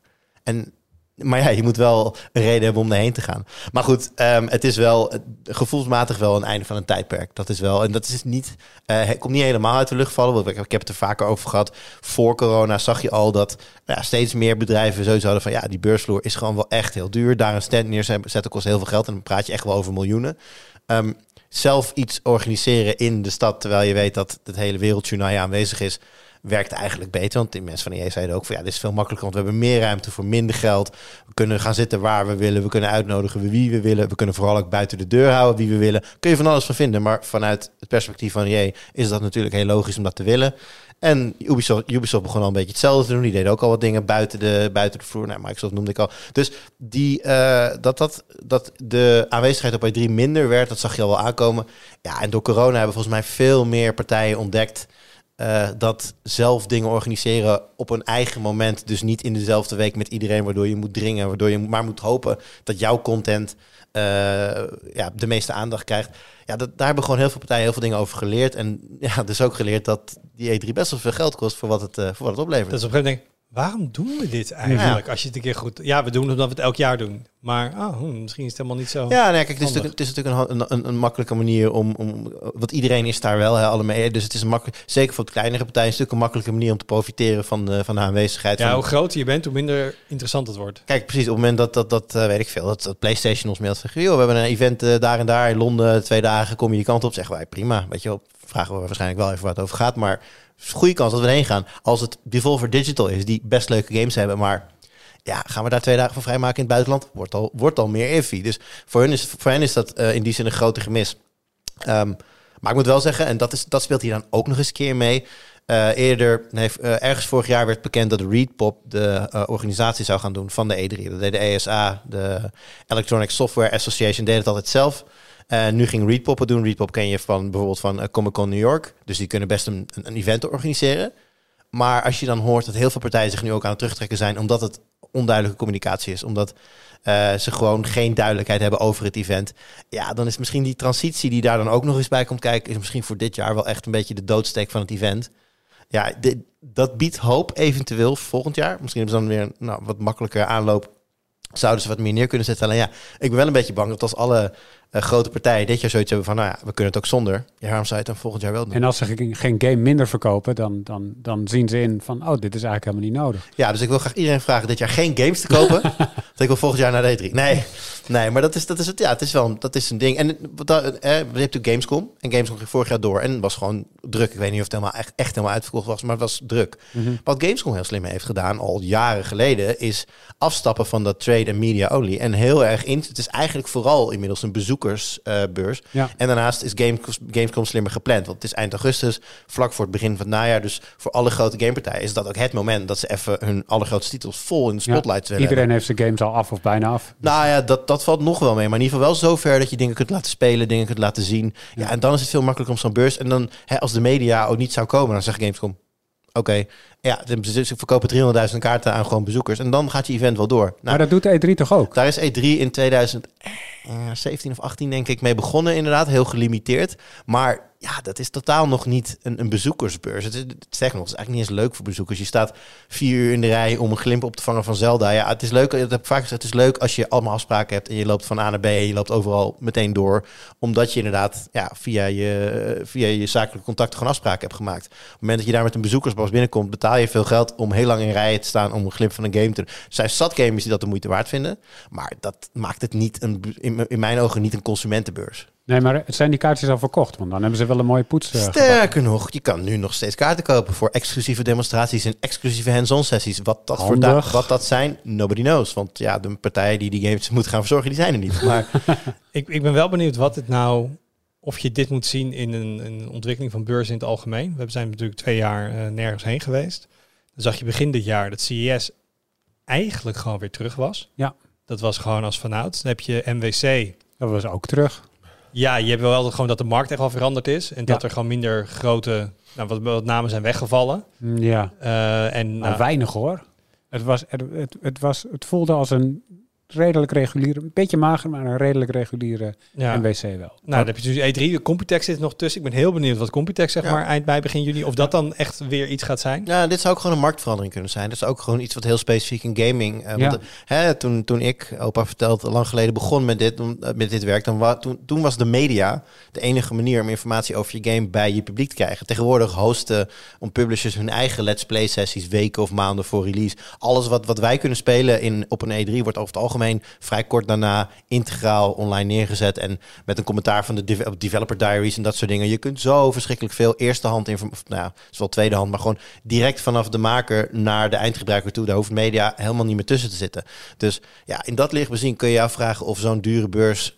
Maar ja, je moet wel een reden hebben om erheen te gaan. Maar goed, het is wel gevoelsmatig wel een einde van een tijdperk. Dat is wel, en dat is niet, het komt niet helemaal uit de lucht vallen. Want ik heb het er vaker over gehad. Voor corona zag je al dat steeds meer bedrijven sowieso hadden van die beursvloer is gewoon wel echt heel duur. Daar een stand neerzetten kost heel veel geld en dan praat je echt wel over miljoenen. Zelf iets organiseren in de stad, terwijl je weet dat het hele wereldjournaal aanwezig is, werkt eigenlijk beter. Want die mensen van EA zeiden ook van dit is veel makkelijker, want we hebben meer ruimte voor minder geld. We kunnen gaan zitten waar we willen. We kunnen uitnodigen wie we willen. We kunnen vooral ook buiten de deur houden wie we willen. Kun je van alles van vinden. Maar vanuit het perspectief van EA is dat natuurlijk heel logisch om dat te willen. En Ubisoft begon al een beetje hetzelfde te doen. Die deden ook al wat dingen buiten de vloer. Nou, Microsoft noemde ik al. Dus dat de aanwezigheid op E3 minder werd, dat zag je al wel aankomen. Ja, en door corona hebben volgens mij veel meer partijen ontdekt dat zelf dingen organiseren op een eigen moment, dus niet in dezelfde week met iedereen, waardoor je moet dringen, waardoor je maar moet hopen dat jouw content de meeste aandacht krijgt. Ja, daar hebben gewoon heel veel partijen heel veel dingen over geleerd. En dus ook geleerd dat die E3 best wel veel geld kost voor wat het oplevert. Dat is op een gegeven moment denk ik, waarom doen we dit eigenlijk? Als je het een keer goed... Ja, we doen het omdat we het elk jaar doen. Maar misschien is het helemaal niet zo. Ja, nee, kijk, het is natuurlijk een makkelijke manier om... Want iedereen is daar wel, allemaal. Dus het is zeker voor de kleinere partijen, een stuk een makkelijke manier om te profiteren van de aanwezigheid. Ja, hoe groter je bent, hoe minder interessant het wordt. Kijk, precies. Op het moment dat weet ik veel, dat PlayStation ons mailt van, we hebben een event daar en daar in Londen, 2 dagen, kom je die kant op, zeggen wij, prima. Weet je wel, vragen we waarschijnlijk wel even waar het over gaat, maar goede kans dat we erheen gaan. Als het Devolver Digital is, die best leuke games hebben, maar gaan we daar 2 dagen voor vrijmaken in het buitenland? Wordt al meer iffy. Dus voor hen is dat in die zin een grote gemis. Maar ik moet wel zeggen, en dat speelt hier dan ook nog eens een keer mee. Ergens vorig jaar werd bekend dat ReadPop de organisatie zou gaan doen van de E3. Dat deed de ESA, de Electronic Software Association, deed het altijd zelf. Nu ging ReadPop het doen. ReadPop ken je bijvoorbeeld van Comic-Con New York. Dus die kunnen best een event organiseren. Maar als je dan hoort dat heel veel partijen zich nu ook aan het terugtrekken zijn, omdat het onduidelijke communicatie is, omdat ze gewoon geen duidelijkheid hebben over het event, dan is misschien die transitie die daar dan ook nog eens bij komt kijken, is misschien voor dit jaar wel echt een beetje de doodsteek van het event. Ja, dat biedt hoop eventueel volgend jaar. Misschien hebben ze dan weer wat makkelijker aanloop. Zouden ze wat meer neer kunnen zetten. Alleen ik ben wel een beetje bang dat als alle grote partijen dit jaar zoiets hebben van, we kunnen het ook zonder. Ja, waarom zou je het dan volgend jaar wel doen? En als ze geen game minder verkopen, dan zien ze in van, dit is eigenlijk helemaal niet nodig. Ja, dus ik wil graag iedereen vragen dit jaar geen games te kopen. ik wil volgend jaar naar de E3. Nee, maar dat is het. Ja, dat is een ding. En je hebt natuurlijk Gamescom. En Gamescom ging vorig jaar door. En het was gewoon druk. Ik weet niet of het helemaal echt helemaal uitverkocht was, maar het was druk. Mm-hmm. Wat Gamescom heel slim heeft gedaan, al jaren geleden, is afstappen van dat trade en media only. En heel erg het is eigenlijk vooral inmiddels een bezoekersbeurs. Ja. En daarnaast is Gamescom slimmer gepland. Want het is eind augustus, vlak voor het begin van het najaar. Dus voor alle grote gamepartijen is dat ook het moment dat ze even hun allergrootste titels vol in de spotlight willen. Iedereen heeft zijn games al af of bijna af. Nou ja, dat valt nog wel mee. Maar in ieder geval wel zo ver dat je dingen kunt laten spelen, dingen kunt laten zien. Ja, en dan is het veel makkelijker om zo'n beurs. En dan, als de media ook niet zou komen, dan zegt Gamescom, oké, ja, ze verkopen 300.000 kaarten aan gewoon bezoekers. En dan gaat je event wel door. Nou, Maar dat doet E3 toch ook? daar is E3 in 2017 of 18 denk ik mee begonnen inderdaad. Heel gelimiteerd. Maar ja, dat is totaal nog niet een bezoekersbeurs. Het is eigenlijk niet eens leuk voor bezoekers. Je staat 4 uur in de rij om een glimp op te vangen van Zelda. Ja, het is leuk. Dat heb ik vaak gezegd. Het is leuk als je allemaal afspraken hebt en je loopt van A naar B en je loopt overal meteen door. Omdat je inderdaad via je zakelijke contacten gewoon afspraken hebt gemaakt. Op het moment dat je daar met een bezoekersbos binnenkomt, betaal je veel geld om heel lang in rijen te staan om een glimp van een game te doen. Er zijn zat gamers die dat de moeite waard vinden. Maar dat maakt het niet in mijn ogen niet een consumentenbeurs. Nee, maar zijn die kaartjes al verkocht? Want dan hebben ze wel een mooie poets Sterker nog, je kan nu nog steeds kaarten kopen voor exclusieve demonstraties en exclusieve hands-on sessies. Wat dat zijn, nobody knows. Want ja, de partijen die games moeten gaan verzorgen, die zijn er niet. Maar Ik ben wel benieuwd wat het nou, of je dit moet zien in een ontwikkeling van beurzen in het algemeen. We zijn natuurlijk 2 jaar nergens heen geweest. Dan zag je begin dit jaar dat CES eigenlijk gewoon weer terug was. Ja. Dat was gewoon als vanouds. Dan heb je MWC. Dat was ook terug. Ja, je hebt wel altijd gewoon dat de markt echt al veranderd is. En dat er gewoon minder grote, wat namen zijn weggevallen. Ja, En weinig hoor. Het voelde als een redelijk reguliere, een beetje mager, maar een redelijk reguliere MWC wel. Nou, dan heb je dus E3, de Computex zit er nog tussen. Ik ben heel benieuwd wat Computex maar eind mei, begin juni, of dat dan echt weer iets gaat zijn. Ja, dit zou ook gewoon een marktverandering kunnen zijn. Dat is ook gewoon iets wat heel specifiek in gaming. Toen ik, opa vertelt, lang geleden begon met dit werk, toen was de media de enige manier om informatie over je game bij je publiek te krijgen. Tegenwoordig hosten om publishers hun eigen let's play sessies weken of maanden voor release. Alles wat wij kunnen spelen op een E3 wordt over het algemeen vrij kort daarna integraal online neergezet en met een commentaar van de developer diaries en dat soort dingen. Je kunt zo verschrikkelijk veel eerstehand informatie, het is wel tweedehand, maar gewoon direct vanaf de maker naar de eindgebruiker toe. Daar hoeft media helemaal niet meer tussen te zitten. Dus ja, in dat licht bezien kun je je afvragen of zo'n dure beurs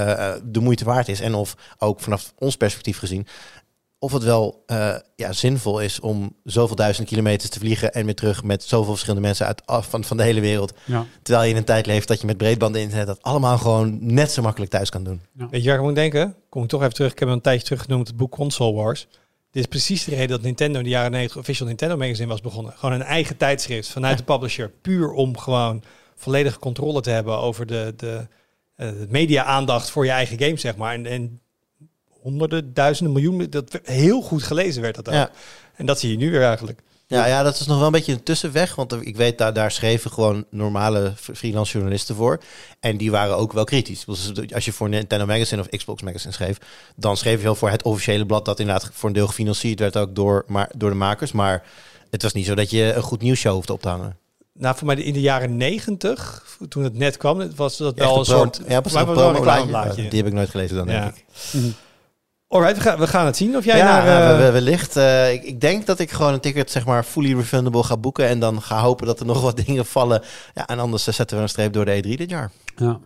de moeite waard is en of ook vanaf ons perspectief gezien of het wel zinvol is om zoveel duizenden kilometers te vliegen en weer terug met zoveel verschillende mensen van de hele wereld. Ja. Terwijl je in een tijd leeft dat je met breedbandinternet dat allemaal gewoon net zo makkelijk thuis kan doen. Ja. Weet je waar ik moet denken? Kom ik toch even terug. Ik heb een tijdje terug genoemd het boek Console Wars. Dit is precies de reden dat Nintendo in de jaren 90 Official Nintendo Magazine was begonnen. Gewoon een eigen tijdschrift vanuit de publisher. Puur om gewoon volledige controle te hebben over de media-aandacht voor je eigen game, zeg maar. En honderden, duizenden, miljoenen, dat heel goed gelezen werd dat ook. Ja. En dat zie je nu weer eigenlijk. Ja, dat is nog wel een beetje een tussenweg. Want ik weet, daar schreven gewoon normale freelance journalisten voor. En die waren ook wel kritisch. Dus als je voor Nintendo Magazine of Xbox Magazine schreef, dan schreef je wel voor het officiële blad dat inderdaad voor een deel gefinancierd werd ook door de makers. Maar het was niet zo dat je een goed nieuwsshow hoefde op te hangen. Nou, voor mij in de jaren 90, toen het net kwam, was dat wel een soort... Ja, pas een reclameblaadje. Die heb ik nooit gelezen dan, denk ik. Alright, we gaan het zien of jij wellicht. Ik denk dat ik gewoon een ticket, zeg maar, fully refundable ga boeken en dan ga hopen dat er nog wat dingen vallen. Ja, en anders zetten we een streep door de E3 dit jaar. Ja.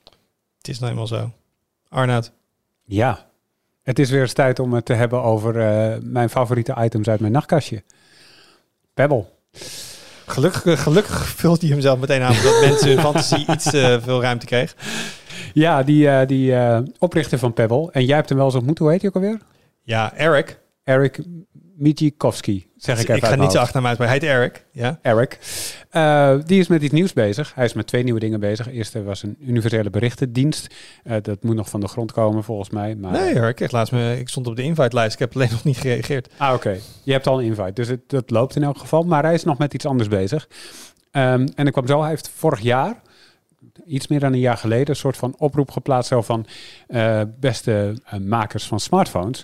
Het is nou eenmaal zo. Arnoud. Ja, het is weer eens tijd om het te hebben over mijn favoriete items uit mijn nachtkastje. Pebble. Gelukkig vult hij hem zelf meteen aan, dat mensen hun fantasie iets veel ruimte kreeg. Ja, die oprichter van Pebble. En jij hebt hem wel eens ontmoet. Hoe heet hij ook alweer? Ja, Eric. Eric Mijikowski, zeg ik even. Ik ga niet zijn achternaam uit, maar hij heet Eric. Ja. Eric. Die is met iets nieuws bezig. Hij is met 2 nieuwe dingen bezig. Eerste was een universele berichtendienst. Dat moet nog van de grond komen, volgens mij. Maar, nee hoor, ik stond op de invite-lijst. Ik heb alleen nog niet gereageerd. Oké. Je hebt al een invite. Dus dat loopt in elk geval. Maar hij is nog met iets anders bezig. En ik kwam zo, hij heeft vorig jaar, iets meer dan een jaar geleden, een soort van oproep geplaatst zo van beste makers van smartphones.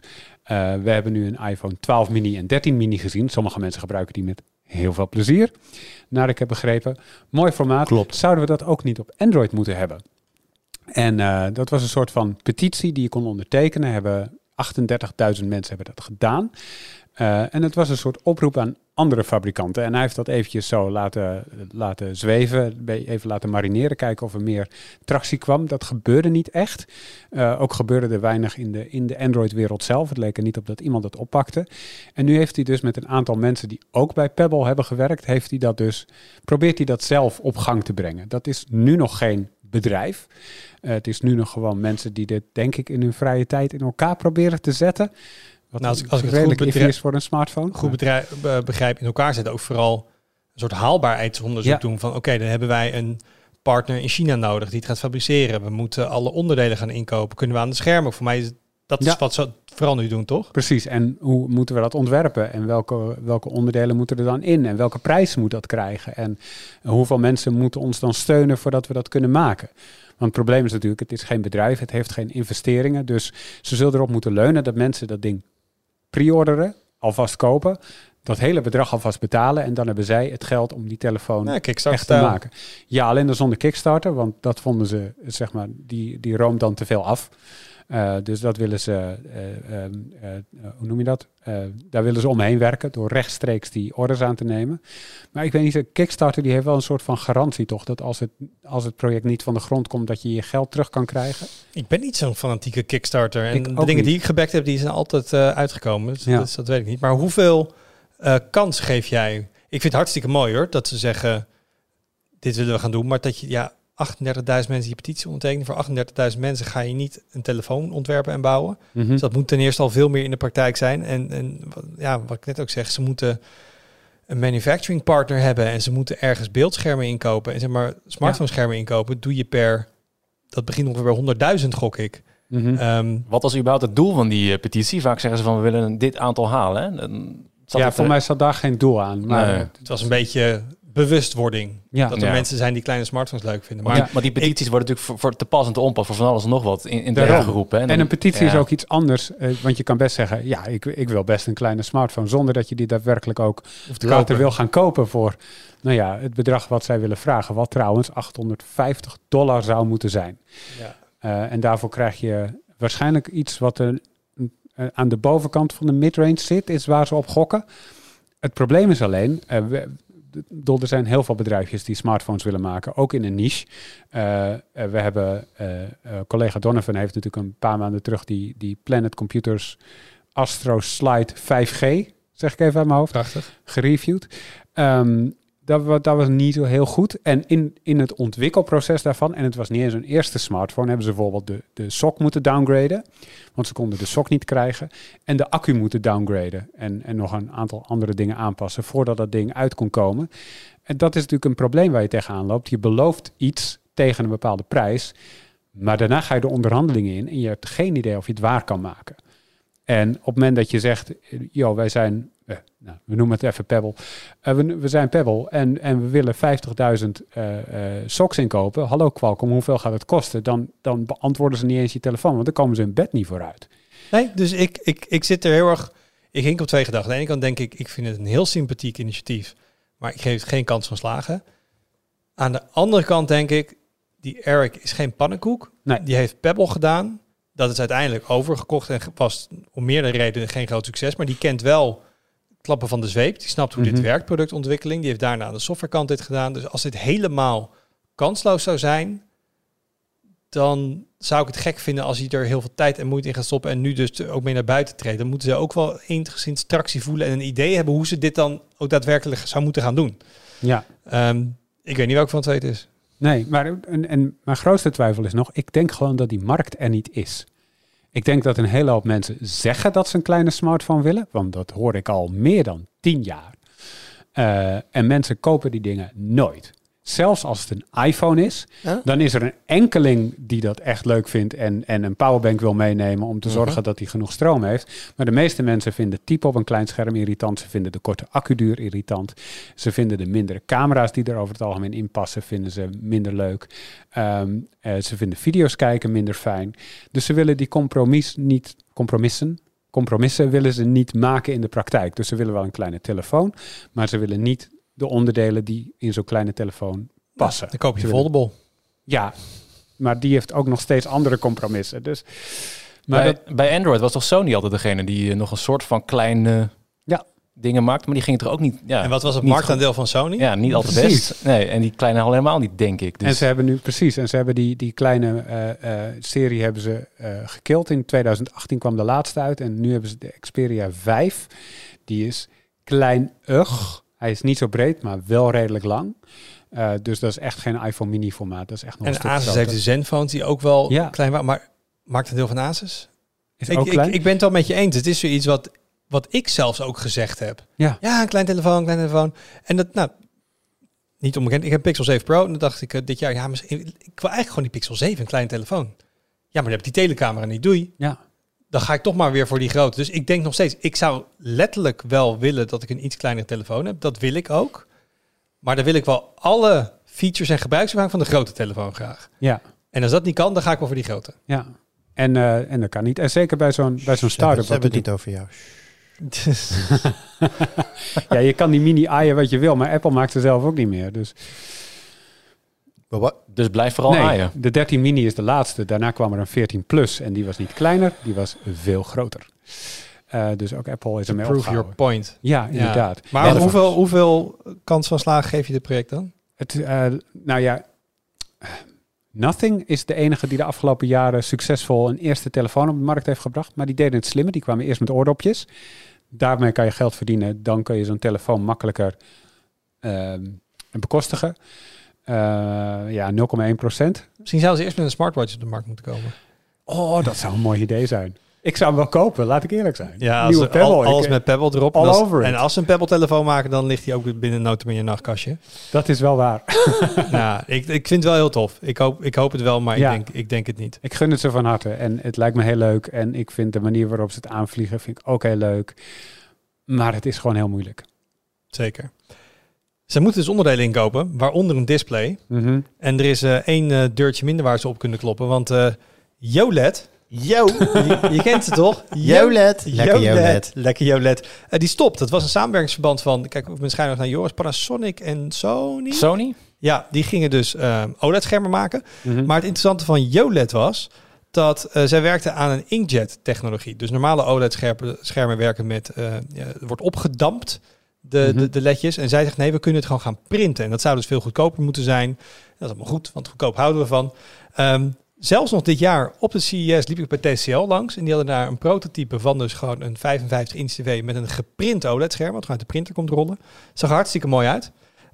We hebben nu een iPhone 12 mini en 13 mini gezien. Sommige mensen gebruiken die met heel veel plezier, naar ik heb begrepen. Mooi formaat. Klopt. Zouden we dat ook niet op Android moeten hebben? En dat was een soort van petitie die je kon ondertekenen. 38.000 mensen hebben dat gedaan. En het was een soort oproep aan andere fabrikanten. En hij heeft dat eventjes zo laten zweven, even laten marineren, kijken of er meer tractie kwam. Dat gebeurde niet echt. Ook gebeurde er weinig in de Android-wereld zelf. Het leek er niet op dat iemand het oppakte. En nu heeft hij dus met een aantal mensen die ook bij Pebble hebben gewerkt, probeert hij dat zelf op gang te brengen. Dat is nu nog geen bedrijf. Het is nu nog gewoon mensen die dit, denk ik, in hun vrije tijd in elkaar proberen te zetten. Wat Nou, als ik het redelijk goed iffy is voor een smartphone. goed begrijp, in elkaar zetten. Ook vooral een soort haalbaarheidsonderzoek doen. Van oké, dan hebben wij een partner in China nodig die het gaat fabriceren. We moeten alle onderdelen gaan inkopen. Kunnen we aan de schermen? Voor mij is dat wat ze vooral nu doen, toch? Precies. En hoe moeten we dat ontwerpen? En welke onderdelen moeten er dan in? En welke prijs moet dat krijgen? En hoeveel mensen moeten ons dan steunen voordat we dat kunnen maken? Want het probleem is natuurlijk, het is geen bedrijf, het heeft geen investeringen. Dus ze zullen erop moeten leunen dat mensen dat ding pre-orderen, alvast kopen, dat hele bedrag alvast betalen en dan hebben zij het geld om die telefoon echt te maken. Ja, alleen dan zonder Kickstarter, want dat vonden ze, zeg maar, die roomt dan te veel af. Dus dat willen ze, hoe noem je dat? Daar willen ze omheen werken door rechtstreeks die orders aan te nemen. Maar ik weet niet, Kickstarter die heeft wel een soort van garantie toch? Dat als het project niet van de grond komt, dat je je geld terug kan krijgen. Ik ben niet zo'n fanatieke Kickstarter. En de ook dingen niet. die ik gebackt heb, die zijn altijd uitgekomen. Dus dat weet ik niet. Maar hoeveel kans geef jij? Ik vind het hartstikke mooi hoor, dat ze zeggen, dit willen we gaan doen. Maar dat je, 38.000 mensen die petitie ondertekenen. Voor 38.000 mensen ga je niet een telefoon ontwerpen en bouwen. Mm-hmm. Dus dat moet ten eerste al veel meer in de praktijk zijn. En wat ik net ook zeg, ze moeten een manufacturing partner hebben en ze moeten ergens beeldschermen inkopen. En zeg maar smartphone-schermen inkopen. Doe je dat begint ongeveer 100.000, gok ik. Mm-hmm. Wat was überhaupt het doel van die petitie? Vaak zeggen ze van, we willen dit aantal halen. Hè? Voor mij zat daar geen doel aan. Maar het was een beetje bewustwording. Dat er mensen zijn die kleine smartphones leuk vinden. Maar die petities worden natuurlijk voor te pas en te onpas voor van alles en nog wat in de geroepen. En een petitie is ook iets anders. Want je kan best zeggen, ik wil best een kleine smartphone. Zonder dat je die daadwerkelijk ook later wil gaan kopen voor het bedrag wat zij willen vragen. Wat trouwens $850 zou moeten zijn. Ja. En daarvoor krijg je waarschijnlijk iets wat aan de bovenkant van de midrange zit. Is waar ze op gokken. Het probleem is alleen, er zijn heel veel bedrijfjes die smartphones willen maken, ook in een niche. We hebben, collega Donovan heeft natuurlijk een paar maanden terug die Planet Computers Astro Slide 5G, zeg ik even uit mijn hoofd, prachtig, gereviewd. Dat was niet zo heel goed. En in het ontwikkelproces daarvan, en het was niet eens een eerste smartphone, hebben ze bijvoorbeeld de SoC moeten downgraden. Want ze konden de SoC niet krijgen. En de accu moeten downgraden. En nog een aantal andere dingen aanpassen voordat dat ding uit kon komen. En dat is natuurlijk een probleem waar je tegenaan loopt. Je belooft iets tegen een bepaalde prijs. Maar daarna ga je de onderhandelingen in en je hebt geen idee of je het waar kan maken. En op het moment dat je zegt, wij zijn, we noemen het even Pebble. We zijn Pebble en we willen 50.000 SoCs inkopen. Hallo Qualcomm, hoeveel gaat het kosten? Dan beantwoorden ze niet eens je telefoon, want dan komen ze hun bed niet vooruit. Nee, dus ik zit er heel erg, ik hink op twee gedachten. Aan de ene kant denk ik vind het een heel sympathiek initiatief, maar ik geef het geen kans van slagen. Aan de andere kant denk ik, die Eric is geen pannenkoek. Nee. Die heeft Pebble gedaan. Dat is uiteindelijk overgekocht en was om meerdere redenen geen groot succes. Maar die kent wel klappen van de zweep. Die snapt hoe dit werkt, productontwikkeling. Die heeft daarna aan de softwarekant dit gedaan. Dus als dit helemaal kansloos zou zijn, dan zou ik het gek vinden als hij er heel veel tijd en moeite in gaat stoppen en nu dus ook mee naar buiten treedt. Dan moeten ze ook wel enigszins tractie voelen en een idee hebben hoe ze dit dan ook daadwerkelijk zou moeten gaan doen. Ja. Ik weet niet welke van het twee het is. Nee, maar mijn grootste twijfel is nog, ik denk gewoon dat die markt er niet is. Ik denk dat een hele hoop mensen zeggen dat ze een kleine smartphone willen, want dat hoor ik al meer dan 10 jaar. En mensen kopen die dingen nooit. Zelfs als het een iPhone is, dan is er een enkeling die dat echt leuk vindt en een powerbank wil meenemen om te zorgen dat hij genoeg stroom heeft. Maar de meeste mensen vinden type op een klein scherm irritant. Ze vinden de korte accuduur irritant. Ze vinden de mindere camera's die er over het algemeen in passen, vinden ze minder leuk. Ze vinden video's kijken minder fijn. Dus ze willen die compromissen compromissen willen ze niet maken in de praktijk. Dus ze willen wel een kleine telefoon, maar ze willen niet de onderdelen die in zo'n kleine telefoon passen. Dan koop je Ze een willen- foldable. Ja, maar die heeft ook nog steeds andere compromissen. Dus, maar Bij Android was toch Sony altijd degene die nog een soort van kleine Ja. dingen maakte, maar die ging toch ook niet... Ja, En wat was het niet marktaandeel van Sony? goed. Ja, niet al te Precies. best. Nee, en die kleine al helemaal niet, denk ik. Dus En ze hebben nu die kleine serie hebben ze gekild. In 2018 kwam de laatste uit en nu hebben ze de Xperia 5. Die is kleinig. Hij is niet zo breed, maar wel redelijk lang. Dus dat is echt geen iPhone mini formaat. Dat is echt nog een En stuk Asus groter. heeft de Zenfones die ook wel Ja. klein waren. Maar marktaandeel van Asus? Is ook klein. Ik ben het wel met je eens. Het is zoiets wat ik zelfs ook gezegd heb. Ja. Ja, een klein telefoon. En dat, nou, niet onbekend. Ik heb Pixel 7 Pro. En dan dacht ik dit jaar, ja, misschien, ik wil eigenlijk gewoon die Pixel 7, een kleine telefoon. Ja, maar dan heb ik die telecamera niet. Doei. Ja. Dan ga ik toch maar weer voor die grote. Dus ik denk nog steeds, ik zou letterlijk wel willen dat ik een iets kleinere telefoon heb. Dat wil ik ook. Maar dan wil ik wel alle features en gebruikservaring van de grote telefoon graag. Ja. En als dat niet kan, dan ga ik wel voor die grote. Ja. En dat kan niet. En zeker bij zo'n start-up. Ze hebben wat het niet over jou. Ja, je kan die mini aaien wat je wil, maar Apple maakt ze zelf ook niet meer. Dus Dus blijf vooral aaien. de 13 mini is de laatste. Daarna kwam er een 14 Plus en die was niet kleiner, die was veel groter. Dus ook Apple is ermee Prove your opgehouden. point. Ja, inderdaad. Maar En hoeveel kans van slagen geef je dit project dan? nou ja, Nothing is de enige die de afgelopen jaren succesvol een eerste telefoon op de markt heeft gebracht. Maar die deden het slimmer. Die kwamen eerst met oordopjes. Daarmee kan je geld verdienen. Dan kun je zo'n telefoon makkelijker bekostigen. 0,1%. Misschien zouden ze eerst met een smartwatch op de markt moeten komen. Oh, dat zou een mooi idee zijn. Ik zou hem wel kopen, laat ik eerlijk zijn. Ja, Nieuwe Pebble. alles met Pebble erop. all En als, over it. en als ze een Pebble-telefoon maken, dan ligt hij ook binnen no time in je nachtkastje. Dat is wel waar. Nou, ik vind het wel heel tof. Ik hoop het wel, maar Ja. ik denk het niet. Ik gun het ze van harte. En het lijkt me heel leuk. En ik vind de manier waarop ze het aanvliegen, vind ik ook heel leuk. Maar het is gewoon heel moeilijk. Zeker. Ze moeten dus onderdelen inkopen, waaronder een display. Mhm. En er is één deurtje minder waar ze op kunnen kloppen. Want YOLED, Yo, je kent ze toch? YOLED. Lekker YOLED. Lekker YOLED. Die stopt. Dat was een samenwerkingsverband van, kijk, ik ben schijnlijk naar Joris, Panasonic en Sony. Sony? Ja, die gingen dus OLED-schermen maken. Mhm. Maar het interessante van YOLED was dat zij werkten aan een inkjet-technologie. Dus normale OLED-schermen werken met, er wordt opgedampt, de ledjes. En zij zegt, nee, we kunnen het gewoon gaan printen. En dat zou dus veel goedkoper moeten zijn. Dat is allemaal goed, want goedkoop houden we van. Zelfs nog dit jaar op de CES liep ik bij TCL langs. En die hadden daar een prototype van dus gewoon een 55-inch tv met een geprint OLED-scherm. Wat gewoon uit de printer komt rollen. Zag er hartstikke mooi uit.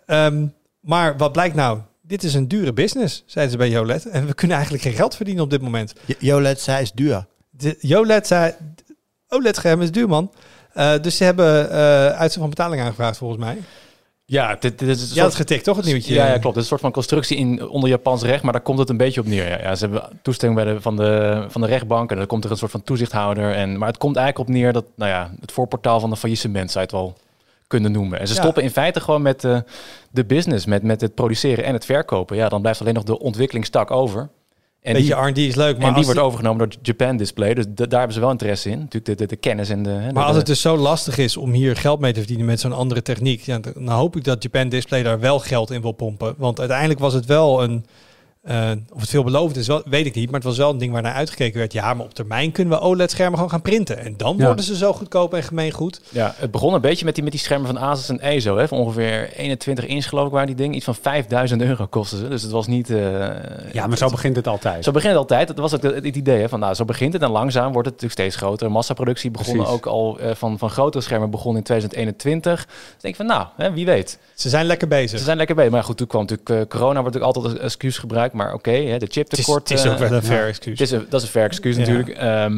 Maar wat blijkt nou? Dit is een dure business, zeiden ze bij YOLED. En we kunnen eigenlijk geen geld verdienen op dit moment. YOLED, zij is duur. De YOLED zei, OLED-scherm is duur, man. Dus ze hebben uitstel van betaling aangevraagd, volgens mij. Ja, dit is een Je had het getikt, toch, het nieuwtje? Ja, klopt. Het is een soort van constructie onder Japans recht, maar daar komt het een beetje op neer. Ja, ze hebben toestemming van de rechtbank en dan komt er een soort van toezichthouder. Maar het komt eigenlijk op neer dat, nou ja, het voorportaal van de faillissement zou je het wel kunnen noemen. En ze stoppen in feite gewoon met de business, met het produceren en het verkopen. Ja, dan blijft alleen nog de ontwikkelingstak over. En beetje R&D is leuk, maar en die als wordt overgenomen door Japan Display. Dus daar hebben ze wel interesse in. Natuurlijk de kennis en de... Maar als het dus zo lastig is om hier geld mee te verdienen met zo'n andere techniek, ja, dan hoop ik dat Japan Display daar wel geld in wil pompen. Want uiteindelijk was het wel een... of het veelbelovend is, weet ik niet. Maar het was wel een ding waar naar uitgekeken werd. Ja, maar op termijn kunnen we OLED-schermen gewoon gaan printen. En dan worden ze zo goedkoop en gemeengoed. Ja, het begon een beetje met die schermen van Asus en ESO. Hè, van ongeveer 21 inch geloof ik waren die dingen. Iets van €5.000 kosten ze. Dus het was niet... ja, maar zo begint het altijd. Zo begint het altijd. Dat was ook het idee. Hè, van, nou, zo begint het en langzaam wordt het natuurlijk steeds groter. Massaproductie begonnen ook al van grotere schermen begonnen in 2021. Dus denk ik van, nou, hè, wie weet. Ze zijn lekker bezig. Ze zijn lekker bezig. Maar goed, toen kwam natuurlijk corona, wordt natuurlijk altijd als excuus gebruikt. Maar oké, de chiptekort... Het is ook wel een fair excuus. Dat is een fair excuus natuurlijk.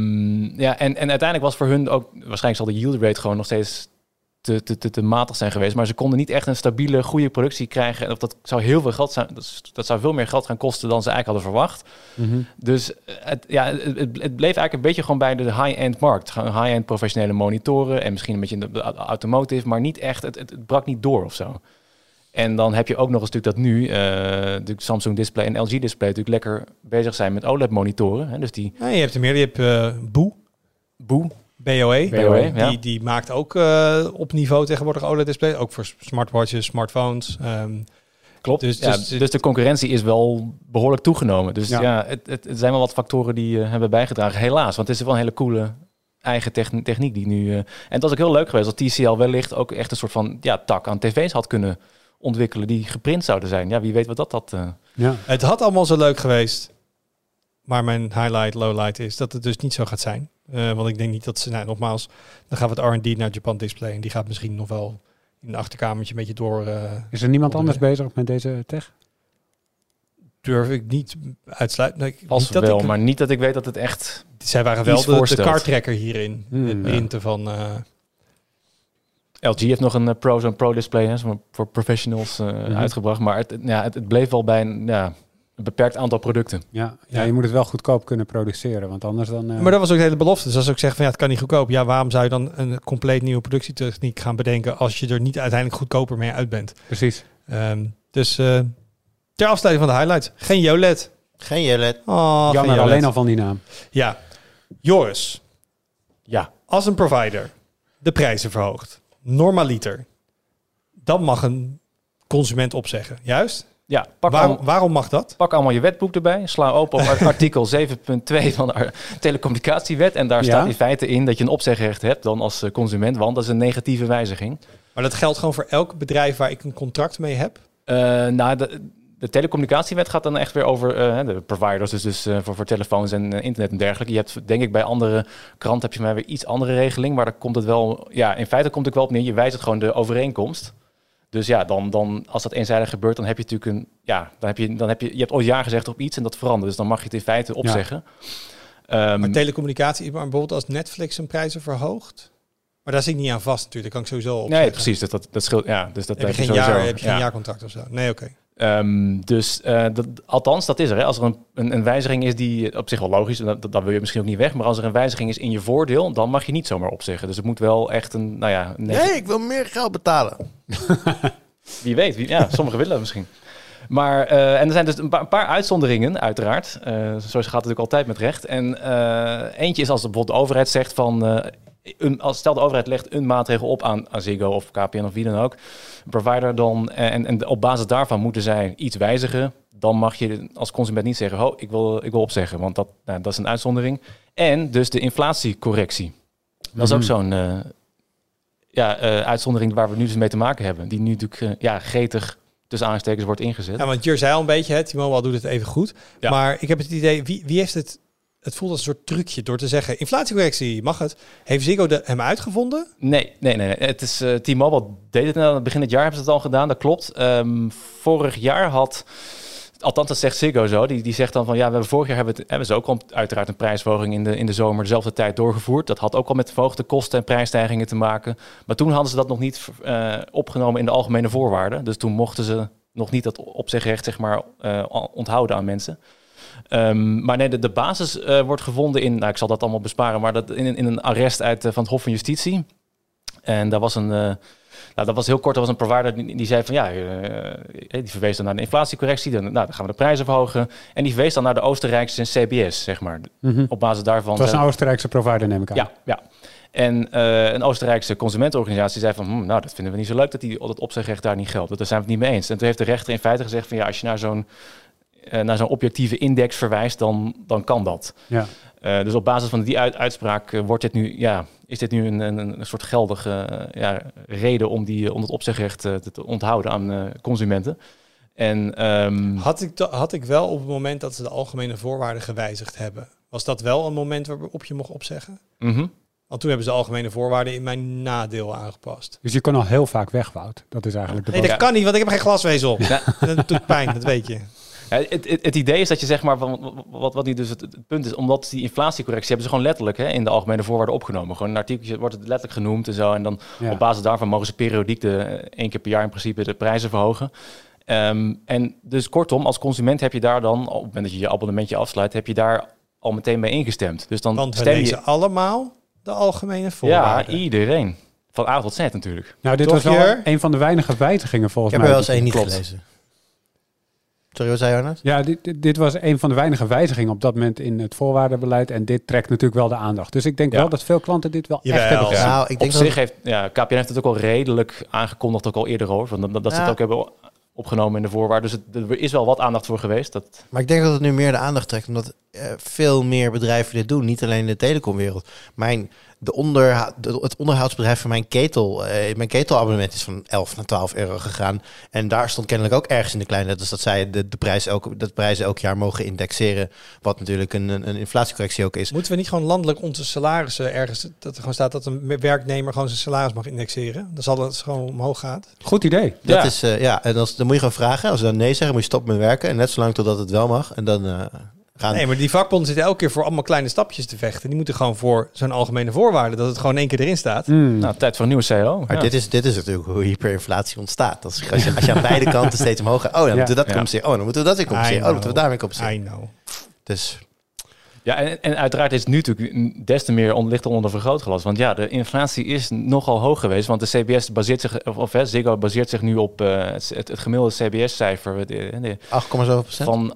En uiteindelijk was voor hun ook... Waarschijnlijk zal de yield rate gewoon nog steeds te matig zijn geweest. Maar ze konden niet echt een stabiele, goede productie krijgen. Of dat zou heel veel geld zijn. Dat zou veel meer geld gaan kosten dan ze eigenlijk hadden verwacht. Mm-hmm. Dus het bleef eigenlijk een beetje gewoon bij de high-end markt. Gewoon high-end professionele monitoren. En misschien een beetje in de automotive. Maar niet echt, het brak niet door of zo. En dan heb je ook nog een stuk dat nu de Samsung Display en LG Display natuurlijk lekker bezig zijn met OLED monitoren. Hè? Dus die Nee, je hebt er meer. Je hebt Boe. BOE. ja. Die maakt ook op niveau tegenwoordig OLED-display. Ook voor smartwatches, smartphones. Klopt. Dus de concurrentie is wel behoorlijk toegenomen. Dus het zijn wel wat factoren die hebben bijgedragen. Helaas, want het is wel een hele coole eigen techniek die nu... en het was ook heel leuk geweest dat TCL wellicht ook echt een soort van tak aan tv's had kunnen ontwikkelen die geprint zouden zijn. Ja, wie weet wat dat... Het had allemaal zo leuk geweest. Maar mijn highlight, lowlight is dat het dus niet zo gaat zijn. Want ik denk niet dat ze... Nou, nogmaals, dan gaan we het R&D naar Japan Display. En die gaat misschien nog wel in een achterkamertje een beetje door... is er niemand anders bezig met deze tech? Durf ik niet uitsluiten. Nee, als niet wel, maar niet dat ik weet dat het echt... Zij waren wel de car-tracker hierin. Het printen van... LG heeft nog een zo'n Pro-display voor professionals uitgebracht. Maar het bleef wel bij een beperkt aantal producten. Ja, je moet het wel goedkoop kunnen produceren, want anders dan... Maar dat was ook de hele belofte. Dus als ik zeg van het kan niet goedkoop. Ja, waarom zou je dan een compleet nieuwe productietechniek gaan bedenken als je er niet uiteindelijk goedkoper mee uit bent? Precies. Dus ter afsluiting van de highlights. Geen JOLED. Geen JOLED. Oh, jammer, alleen al van die naam. Ja. Joris. Ja. Als een provider de prijzen verhoogt, normaliter, dan mag een consument opzeggen. Juist? Ja, waarom mag dat? Pak allemaal je wetboek erbij. Sla open op artikel 7.2 van de telecommunicatiewet. En daar staat in feite in dat je een opzegrecht hebt dan als consument. Want dat is een negatieve wijziging. Maar dat geldt gewoon voor elk bedrijf waar ik een contract mee heb? De telecommunicatiewet gaat dan echt weer over de providers. Dus voor telefoons en internet en dergelijke. Je hebt denk ik bij andere kranten heb je maar weer iets andere regeling. Maar daar komt het wel... Ja, in feite komt het wel op neer. Je wijzigt gewoon de overeenkomst. Dus ja, dan als dat eenzijdig gebeurt, dan heb je natuurlijk je hebt ooit ja gezegd op iets en dat verandert. Dus dan mag je het in feite opzeggen. Maar telecommunicatie, maar bijvoorbeeld als Netflix zijn prijzen verhoogt, maar daar zit ik niet aan vast natuurlijk. Dat kan ik sowieso opzeggen. Nee, precies. Dat scheelt. Ja, dus dat heb je geen jaarcontract of zo? Nee, oké. Althans, dat is er. Hè. Als er een wijziging is die op zich wel logisch, dan wil je misschien ook niet weg. Maar als er een wijziging is in je voordeel, dan mag je niet zomaar opzeggen. Dus het moet wel echt nee, ik wil meer geld betalen. Wie weet. Sommigen willen dat misschien. Maar en er zijn dus een paar uitzonderingen, uiteraard. Zo gaat het natuurlijk altijd met recht. En eentje is als bijvoorbeeld de overheid zegt van... Stel de overheid legt een maatregel op aan Ziggo of KPN of wie dan ook, een provider dan, en op basis daarvan moeten zij iets wijzigen, dan mag je als consument niet zeggen, ik wil opzeggen, want dat is een uitzondering. En dus de inflatiecorrectie. Dat is ook zo'n uitzondering waar we nu dus mee te maken hebben, die nu natuurlijk gretig tussen aanstekens wordt ingezet. Ja, want Jur zei al een beetje, T-Mobile doet het even goed, maar ik heb het idee, wie heeft het... Het voelt als een soort trucje door te zeggen... inflatiecorrectie, mag het? Heeft Ziggo hem uitgevonden? Nee. Het is T-Mobile deed het aan het begin het jaar, hebben ze het al gedaan. Dat klopt. Vorig jaar althans dat zegt Ziggo zo. Die zegt dan van vorig jaar hebben ze ook al uiteraard een prijsverhoging in de zomer dezelfde tijd doorgevoerd. Dat had ook al met verhoogde kosten en prijsstijgingen te maken. Maar toen hadden ze dat nog niet opgenomen in de algemene voorwaarden. Dus toen mochten ze nog niet dat opzegrecht zeg maar onthouden aan mensen. Maar nee, de basis wordt gevonden in... ik zal dat allemaal besparen, maar in een arrest van het Hof van Justitie. En daar was dat was heel kort. Er was een provider die zei van die verwees dan naar de inflatiecorrectie. Dan gaan we de prijzen verhogen. En die verwees dan naar de Oostenrijkse CBS, zeg maar. Op basis daarvan... Het was een Oostenrijkse provider, neem ik aan. Ja. En een Oostenrijkse consumentenorganisatie zei van... dat vinden we niet zo leuk dat dat opzegrecht daar niet geldt. Daar zijn we het niet mee eens. En toen heeft de rechter in feite gezegd van als je naar zo'n objectieve index verwijst, dan kan dat. Ja. Dus op basis van die uitspraak is dit nu een soort geldige reden om het opzegrecht te onthouden aan consumenten. En, had ik wel op het moment dat ze de algemene voorwaarden gewijzigd hebben, was dat wel een moment waarop je mocht opzeggen? Mm-hmm. Want toen hebben ze de algemene voorwaarden in mijn nadeel aangepast. Dus je kon al heel vaak weg, Wout. Dat is eigenlijk de... Nee, dat kan niet, want ik heb geen glasvezel. Dat doet pijn, dat weet je. Ja, het idee is dat je zeg maar, wat nu dus het punt is, omdat die inflatiecorrectie hebben ze gewoon letterlijk in de algemene voorwaarden opgenomen. Gewoon een artikeltje wordt het letterlijk genoemd en zo. En dan op basis daarvan mogen ze periodiek 1 keer per jaar in principe de prijzen verhogen. En dus kortom, als consument heb je daar dan, op het moment dat je je abonnementje afsluit, heb je daar al meteen mee ingestemd. Dus dan want we lezen allemaal de algemene voorwaarden. Ja, iedereen. Van A tot Z natuurlijk. Nou, dit was wel een van de weinige wijzigingen volgens mij. Ik heb er wel eens één niet gelezen. Sorry, wat zei je, Arnoud? Ja, dit was een van de weinige wijzigingen op dat moment in het voorwaardenbeleid. En dit trekt natuurlijk wel de aandacht. Dus ik denk wel dat veel klanten dit wel Jawel. echt hebben gezien. Nou, ik denk Op zich heeft KPN heeft het ook al redelijk aangekondigd, ook al eerder over. Want dat ze het ook hebben opgenomen in de voorwaarden. Dus er is wel wat aandacht voor geweest. Maar ik denk dat het nu meer de aandacht trekt, omdat veel meer bedrijven dit doen. Niet alleen in de telecomwereld. Het onderhoudsbedrijf van mijn ketelabonnement is van 11 naar 12 euro gegaan. En daar stond kennelijk ook ergens in de kleine letters dat zij de prijzen elk jaar mogen indexeren. Wat natuurlijk een inflatiecorrectie ook is. Moeten we niet gewoon landelijk onze salarissen ergens, dat er gewoon staat dat een werknemer gewoon zijn salaris mag indexeren? Dan zal dat gewoon omhoog gaat. Goed idee. Dat is, en dan moet je gewoon vragen. Als ze dan nee zeggen, moet je stoppen met werken. En net zolang totdat het wel mag. En dan Nee, maar die vakbonden zitten elke keer voor allemaal kleine stapjes te vechten. Die moeten gewoon voor zo'n algemene voorwaarde, dat het gewoon 1 keer erin staat. Nou, tijd voor een nieuwe CEO. Maar dit is natuurlijk hoe hyperinflatie ontstaat. Als je aan beide kanten steeds omhoog gaat. Oh, dan moeten we dat compenseren. Oh, dan moeten we dat weer compenseren. Oh, dan moeten we daarmee compenseren. I know. Dus Ja, en uiteraard is het nu natuurlijk des te meer ligt onder vergrootglas. Want ja, de inflatie is nogal hoog geweest. Want de CBS baseert zich, Ziggo baseert zich nu op het gemiddelde CBS-cijfer 8,7%?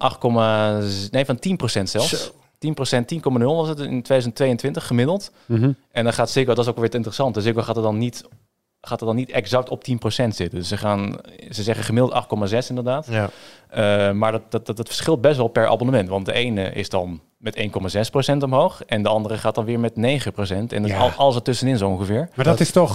van 10% zelfs. 10%, 10,0 was het in 2022 gemiddeld. Mm-hmm. En dan gaat Ziggo, dat is ook weer het interessante. Ziggo gaat er dan niet exact op 10% zitten. Dus ze zeggen gemiddeld 8,6 inderdaad. ja. Maar dat verschilt best wel per abonnement. Want de ene is dan met 1,6% omhoog. En de andere gaat dan weer met 9%. En dat is alles ertussenin zo ongeveer. Maar dat is toch...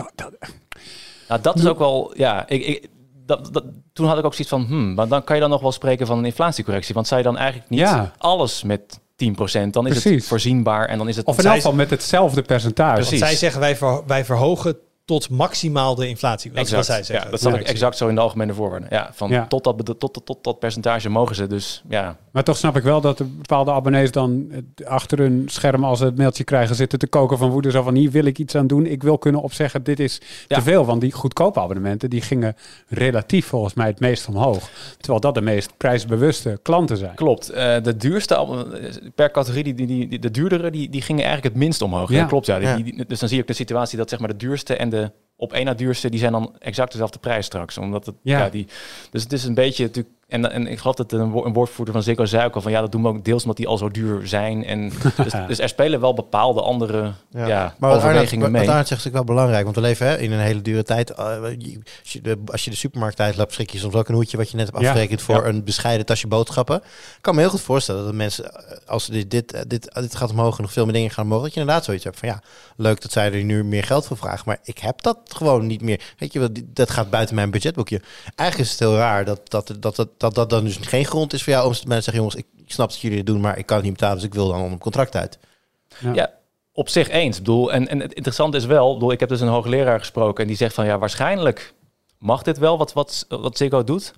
Nou, dat is ook wel... Ja, toen had ik ook zoiets van... maar dan kan je dan nog wel spreken van een inflatiecorrectie. Want zou je dan eigenlijk niet alles met 10%... dan is het voorzienbaar en dan is het... Of in elk geval met hetzelfde percentage. Precies. Want zij zeggen wij verhogen tot maximaal de inflatie. Dat is wat zij zeggen. Ja, dat staat ook exact zo in de algemene voorwaarden. Ja, tot dat percentage mogen ze dus, ja. Maar toch snap ik wel dat er bepaalde abonnees dan achter hun scherm als ze het mailtje krijgen zitten te koken van woede. Zo van, hier wil ik iets aan doen. Ik wil kunnen opzeggen, dit is te veel. Want die goedkope abonnementen, die gingen relatief volgens mij het meest omhoog. Terwijl dat de meest prijsbewuste klanten zijn. Klopt. De duurste, per categorie, de duurdere, die gingen eigenlijk het minst omhoog. Ja. Klopt, ja. Dus dan zie je ook de situatie dat zeg maar de duurste en de op één na duurste, die zijn dan exact dezelfde prijs straks. Omdat het, dus het is een beetje natuurlijk... En ik geloof dat een woordvoerder van Ziggo zei ook al van... dat doen we ook deels omdat die al zo duur zijn. En dus er spelen wel bepaalde andere maar overwegingen mee. Wat Arnoud zegt is ook wel belangrijk. Want we leven in een hele dure tijd. Als je de supermarkt uitloopt, schrik je soms ook een hoedje... wat je net hebt afgerekend voor een bescheiden tasje boodschappen. Ik kan me heel goed voorstellen dat mensen... als dit gaat omhoog en nog veel meer dingen gaan omhoog... dat je inderdaad zoiets hebt van leuk dat zij er nu meer geld voor vragen. Maar ik heb dat gewoon niet meer. Weet je, dat gaat buiten mijn budgetboekje. Eigenlijk is het heel raar dat dan dus geen grond is voor jou om te zeggen... jongens, ik snap dat jullie het doen, maar ik kan het niet betalen... dus ik wil dan onder contract uit. Ja, op zich eens. Ik bedoel, en het interessante is wel... ik heb dus een hoogleraar gesproken... en die zegt van waarschijnlijk mag dit wel wat Ziggo doet.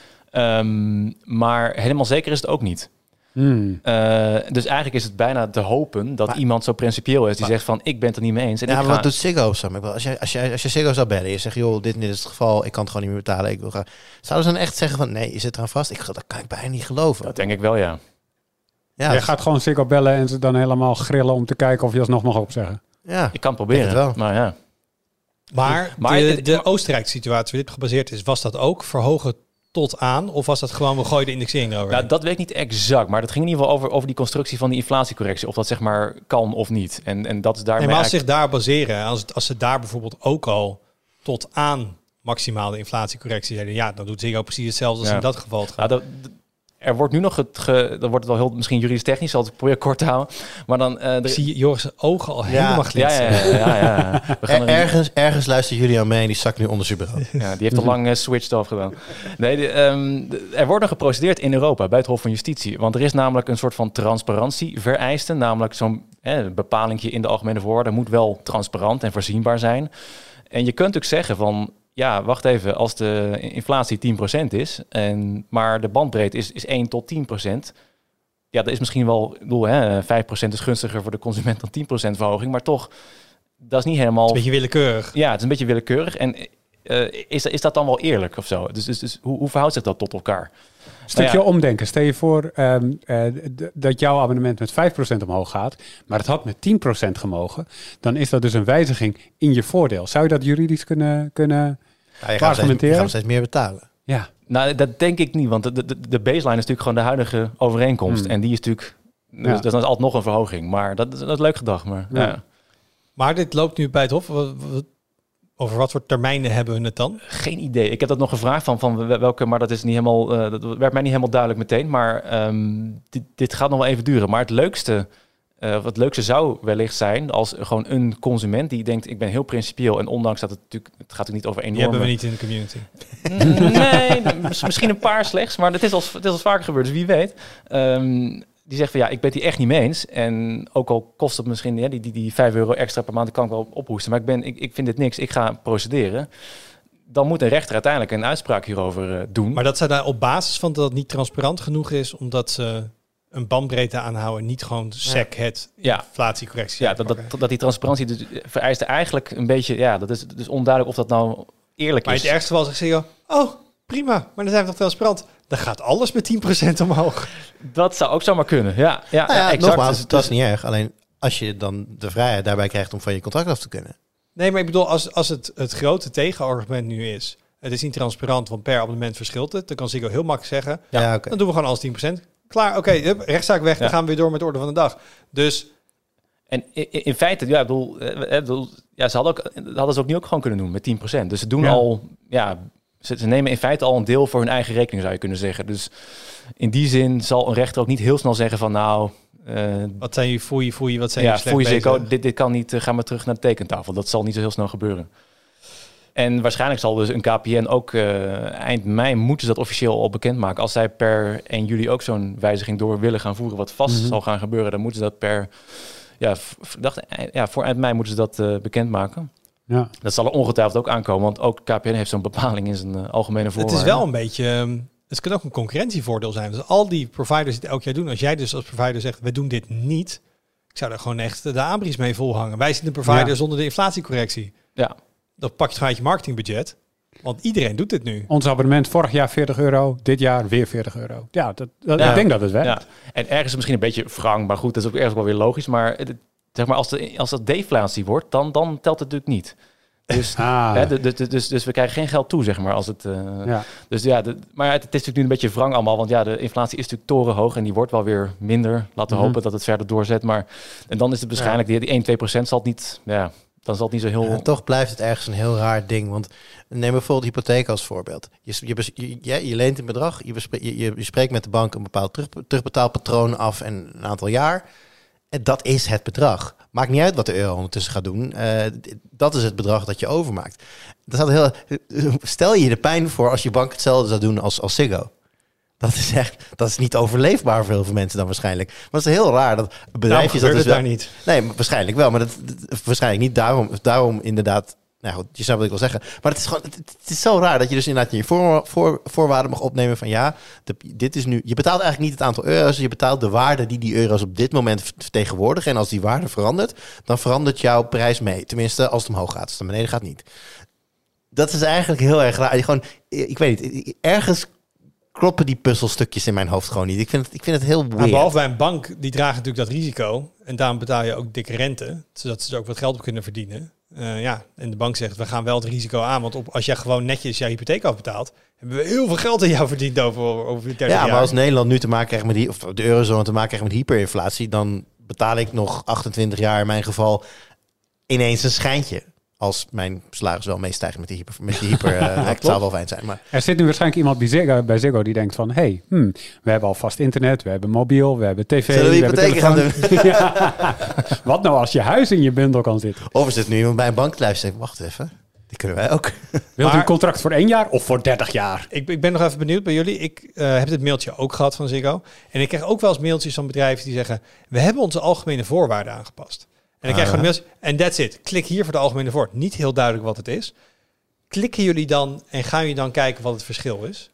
Maar helemaal zeker is het ook niet. Dus eigenlijk is het bijna te hopen dat iemand zo principieel is die zegt van ik ben het er niet mee eens. En wat doet Ziggo zo? Als je Ziggo zou bellen, je zegt joh, dit is het geval, ik kan het gewoon niet meer betalen. Ik wil gaan. Zouden ze dan echt zeggen van nee, je zit eraan vast? Dat kan ik bijna niet geloven. Dat denk ik wel, ja. Je gaat gewoon Ziggo bellen en ze dan helemaal grillen om te kijken of je alsnog mag opzeggen. Ja, ik kan proberen. Wel. Maar ja. Maar de Oostenrijkse situatie waar dit gebaseerd is, was dat ook verhogen tot aan? Of was dat gewoon, we gooien de indexering over? Nou, dat weet ik niet exact. Maar dat ging in ieder geval over die constructie van die inflatiecorrectie. Of dat zeg maar kan of niet. En dat is daarmee... maar als ze zich daar baseren, als ze daar bijvoorbeeld ook al tot aan maximaal de inflatiecorrectie zeiden, dan doet Ziggo precies hetzelfde als in dat geval het gaat. Er wordt nu nog dan wordt het wel heel misschien juridisch technisch, zal ik proberen kort te houden. Maar dan zie je Joris' ogen al helemaal glinsteren. Ja. We gaan ergens luistert jullie aan mee en die zakt nu onder zijn bureau. Ja, die heeft al lang switched off gedaan. Nee, er wordt nog geprocedeerd in Europa bij het Hof van Justitie. Want er is namelijk een soort van transparantie vereisten. Namelijk zo'n bepalingje in de algemene voorwaarden moet wel transparant en voorzienbaar zijn. En je kunt ook zeggen van wacht even, als de inflatie 10% is, maar de bandbreedte is 1 tot 10%. Ja, dat is misschien wel, 5% is gunstiger voor de consument dan 10% verhoging, maar toch, dat is niet helemaal... Het is een beetje willekeurig. Ja, het is een beetje willekeurig. En is dat dan wel eerlijk of zo? Dus hoe verhoudt zich dat tot elkaar? Stukje omdenken. Stel je voor dat jouw abonnement met 5% omhoog gaat, maar het had met 10% gemogen. Dan is dat dus een wijziging in je voordeel. Zou je dat juridisch kunnen argumenteren? Je gaat steeds meer betalen. Ja. Nou, dat denk ik niet, want de baseline is natuurlijk gewoon de huidige overeenkomst. En die is natuurlijk, dus dat is altijd nog een verhoging. Maar dat is leuk gedacht. Maar, ja. Maar dit loopt nu bij het Hof. Over wat voor termijnen hebben we het dan? Geen idee. Ik heb dat nog gevraagd van welke, maar dat is niet helemaal, dat werd mij niet helemaal duidelijk meteen. Maar dit gaat nog wel even duren. Maar het leukste zou wellicht zijn als gewoon een consument die denkt, ik ben heel principieel en ondanks dat het natuurlijk, het gaat ook niet over enorme... Die hebben we niet in de community. Nee, misschien een paar slechts, maar het is al vaker gebeurd, dus wie weet. Die zegt van ja, ik ben het hier echt niet mee eens. En ook al kost het misschien die €5 extra per maand, kan ik wel ophoesten. Maar ik vind dit niks, ik ga procederen. Dan moet een rechter uiteindelijk een uitspraak hierover doen. Maar dat zou daar op basis van dat het niet transparant genoeg is, omdat ze een bandbreedte aanhouden, niet gewoon sec het inflatiecorrectie. Ja, dat die transparantie dus vereist eigenlijk een beetje, ja, dat is dus onduidelijk of dat nou eerlijk maar is. Maar het ergste was, ik zei, oh, prima, maar dan zijn we toch transparant. Dan gaat alles met 10% omhoog. Dat zou ook zomaar kunnen, ja. Exact. Nogmaals, dus, dat is niet erg. Alleen als je dan de vrijheid daarbij krijgt om van je contract af te kunnen. Nee, maar ik bedoel, als het grote tegenargument nu is, het is niet transparant, want per abonnement verschilt het, dan kan Ziggo heel makkelijk zeggen, dan doen we gewoon alles 10%. Klaar, oké, rechtszaak weg, dan gaan we weer door met de orde van de dag. Dus... En in feite, ze hadden ze ook nu ook gewoon kunnen doen met 10%. Dus ze doen al, ze nemen in feite al een deel voor hun eigen rekening, zou je kunnen zeggen. Dus in die zin zal een rechter ook niet heel snel zeggen van nou... wat zijn je foei, wat zijn je slecht foei, bezig? dit kan niet, ga maar terug naar de tekentafel. Dat zal niet zo heel snel gebeuren. En waarschijnlijk zal dus een KPN ook eind mei moeten ze dat officieel al bekendmaken. Als zij per 1 juli ook zo'n wijziging door willen gaan voeren, wat vast zal gaan gebeuren, dan moeten ze dat voor eind mei moeten ze dat bekendmaken. Ja. Dat zal er ongetwijfeld ook aankomen, want ook KPN heeft zo'n bepaling in zijn algemene voorwaarden. Het is wel een beetje... Het kan ook een concurrentievoordeel zijn. Dus al die providers die het elk jaar doen, als jij dus als provider zegt, we doen dit niet, ik zou daar gewoon echt de aanbries mee volhangen. Wij zijn de provider zonder de inflatiecorrectie. Ja. Dat pak je gewoon uit je marketingbudget. Want iedereen doet dit nu. Ons abonnement vorig jaar €40, dit jaar weer €40. Ja, ik denk dat het werkt. Ja. En ergens is misschien een beetje wrang, maar goed, dat is ook ergens wel weer logisch. Maar zeg maar, als dat deflatie wordt, dan telt het natuurlijk niet. Dus, dus we krijgen geen geld toe, zeg maar. Als het, Dus maar het is natuurlijk nu een beetje wrang allemaal. Want de inflatie is natuurlijk torenhoog en die wordt wel weer minder. Laten we hopen dat het verder doorzet. Maar en dan is het waarschijnlijk die 1-2% zal het niet... Ja, dan zal het niet zo heel... toch blijft het ergens een heel raar ding. Want neem bijvoorbeeld hypotheek als voorbeeld. Je leent een bedrag, je spreekt met de bank een bepaald terugbetaalpatroon af en een aantal jaar. En dat is het bedrag. Maakt niet uit wat de euro ondertussen gaat doen. Dat is het bedrag dat je overmaakt. Stel je de pijn voor als je bank hetzelfde zou doen als Ziggo. Dat is niet overleefbaar voor heel veel mensen dan waarschijnlijk. Maar het is heel raar dat bedrijfjes dat dus daar niet. Nee, waarschijnlijk wel, maar dat waarschijnlijk niet. Daarom inderdaad. Nou goed, je snapt wat ik wil zeggen. Maar het is zo raar dat je dus inderdaad in je voorwaarden mag opnemen van dit is nu. Je betaalt eigenlijk niet het aantal euro's, je betaalt de waarde die euro's op dit moment vertegenwoordigen. En als die waarde verandert, dan verandert jouw prijs mee. Tenminste, als het omhoog gaat. Als het naar beneden gaat, niet. Dat is eigenlijk heel erg raar. Ik weet niet, ergens kloppen die puzzelstukjes in mijn hoofd gewoon niet. Ik vind het heel weird. Behalve bij een bank, die dragen natuurlijk dat risico. En daarom betaal je ook dikke rente. Zodat ze er ook wat geld op kunnen verdienen. En de bank zegt, we gaan wel het risico aan. Want als jij gewoon netjes jouw hypotheek afbetaalt, hebben we heel veel geld aan jou verdiend over 30 jaar. Ja, maar als Nederland nu te maken krijgt of de eurozone te maken krijgt met hyperinflatie, dan betaal ik nog 28 jaar in mijn geval ineens een schijntje. Als mijn salaris wel meestijgt met die hyper. Het zou wel fijn zijn. Maar er zit nu waarschijnlijk iemand bij Ziggo die denkt van, we hebben al vast internet, we hebben mobiel, we hebben tv, zullen we hypotheken gaan doen? Wat nou als je huis in je bundel kan zitten? Of er zit nu iemand bij een bank thuis en zegt, wacht even, die kunnen wij ook. Wilt u een contract voor 1 jaar of voor 30 jaar? Ik ben nog even benieuwd bij jullie. Ik heb dit mailtje ook gehad van Ziggo. En ik krijg ook wel eens mailtjes van bedrijven die zeggen, we hebben onze algemene voorwaarden aangepast. En dan krijg je gewoon mails. En that's it. Klik hier voor de algemene voorwaarden. Niet heel duidelijk wat het is. Klikken jullie dan en gaan jullie dan kijken wat het verschil is?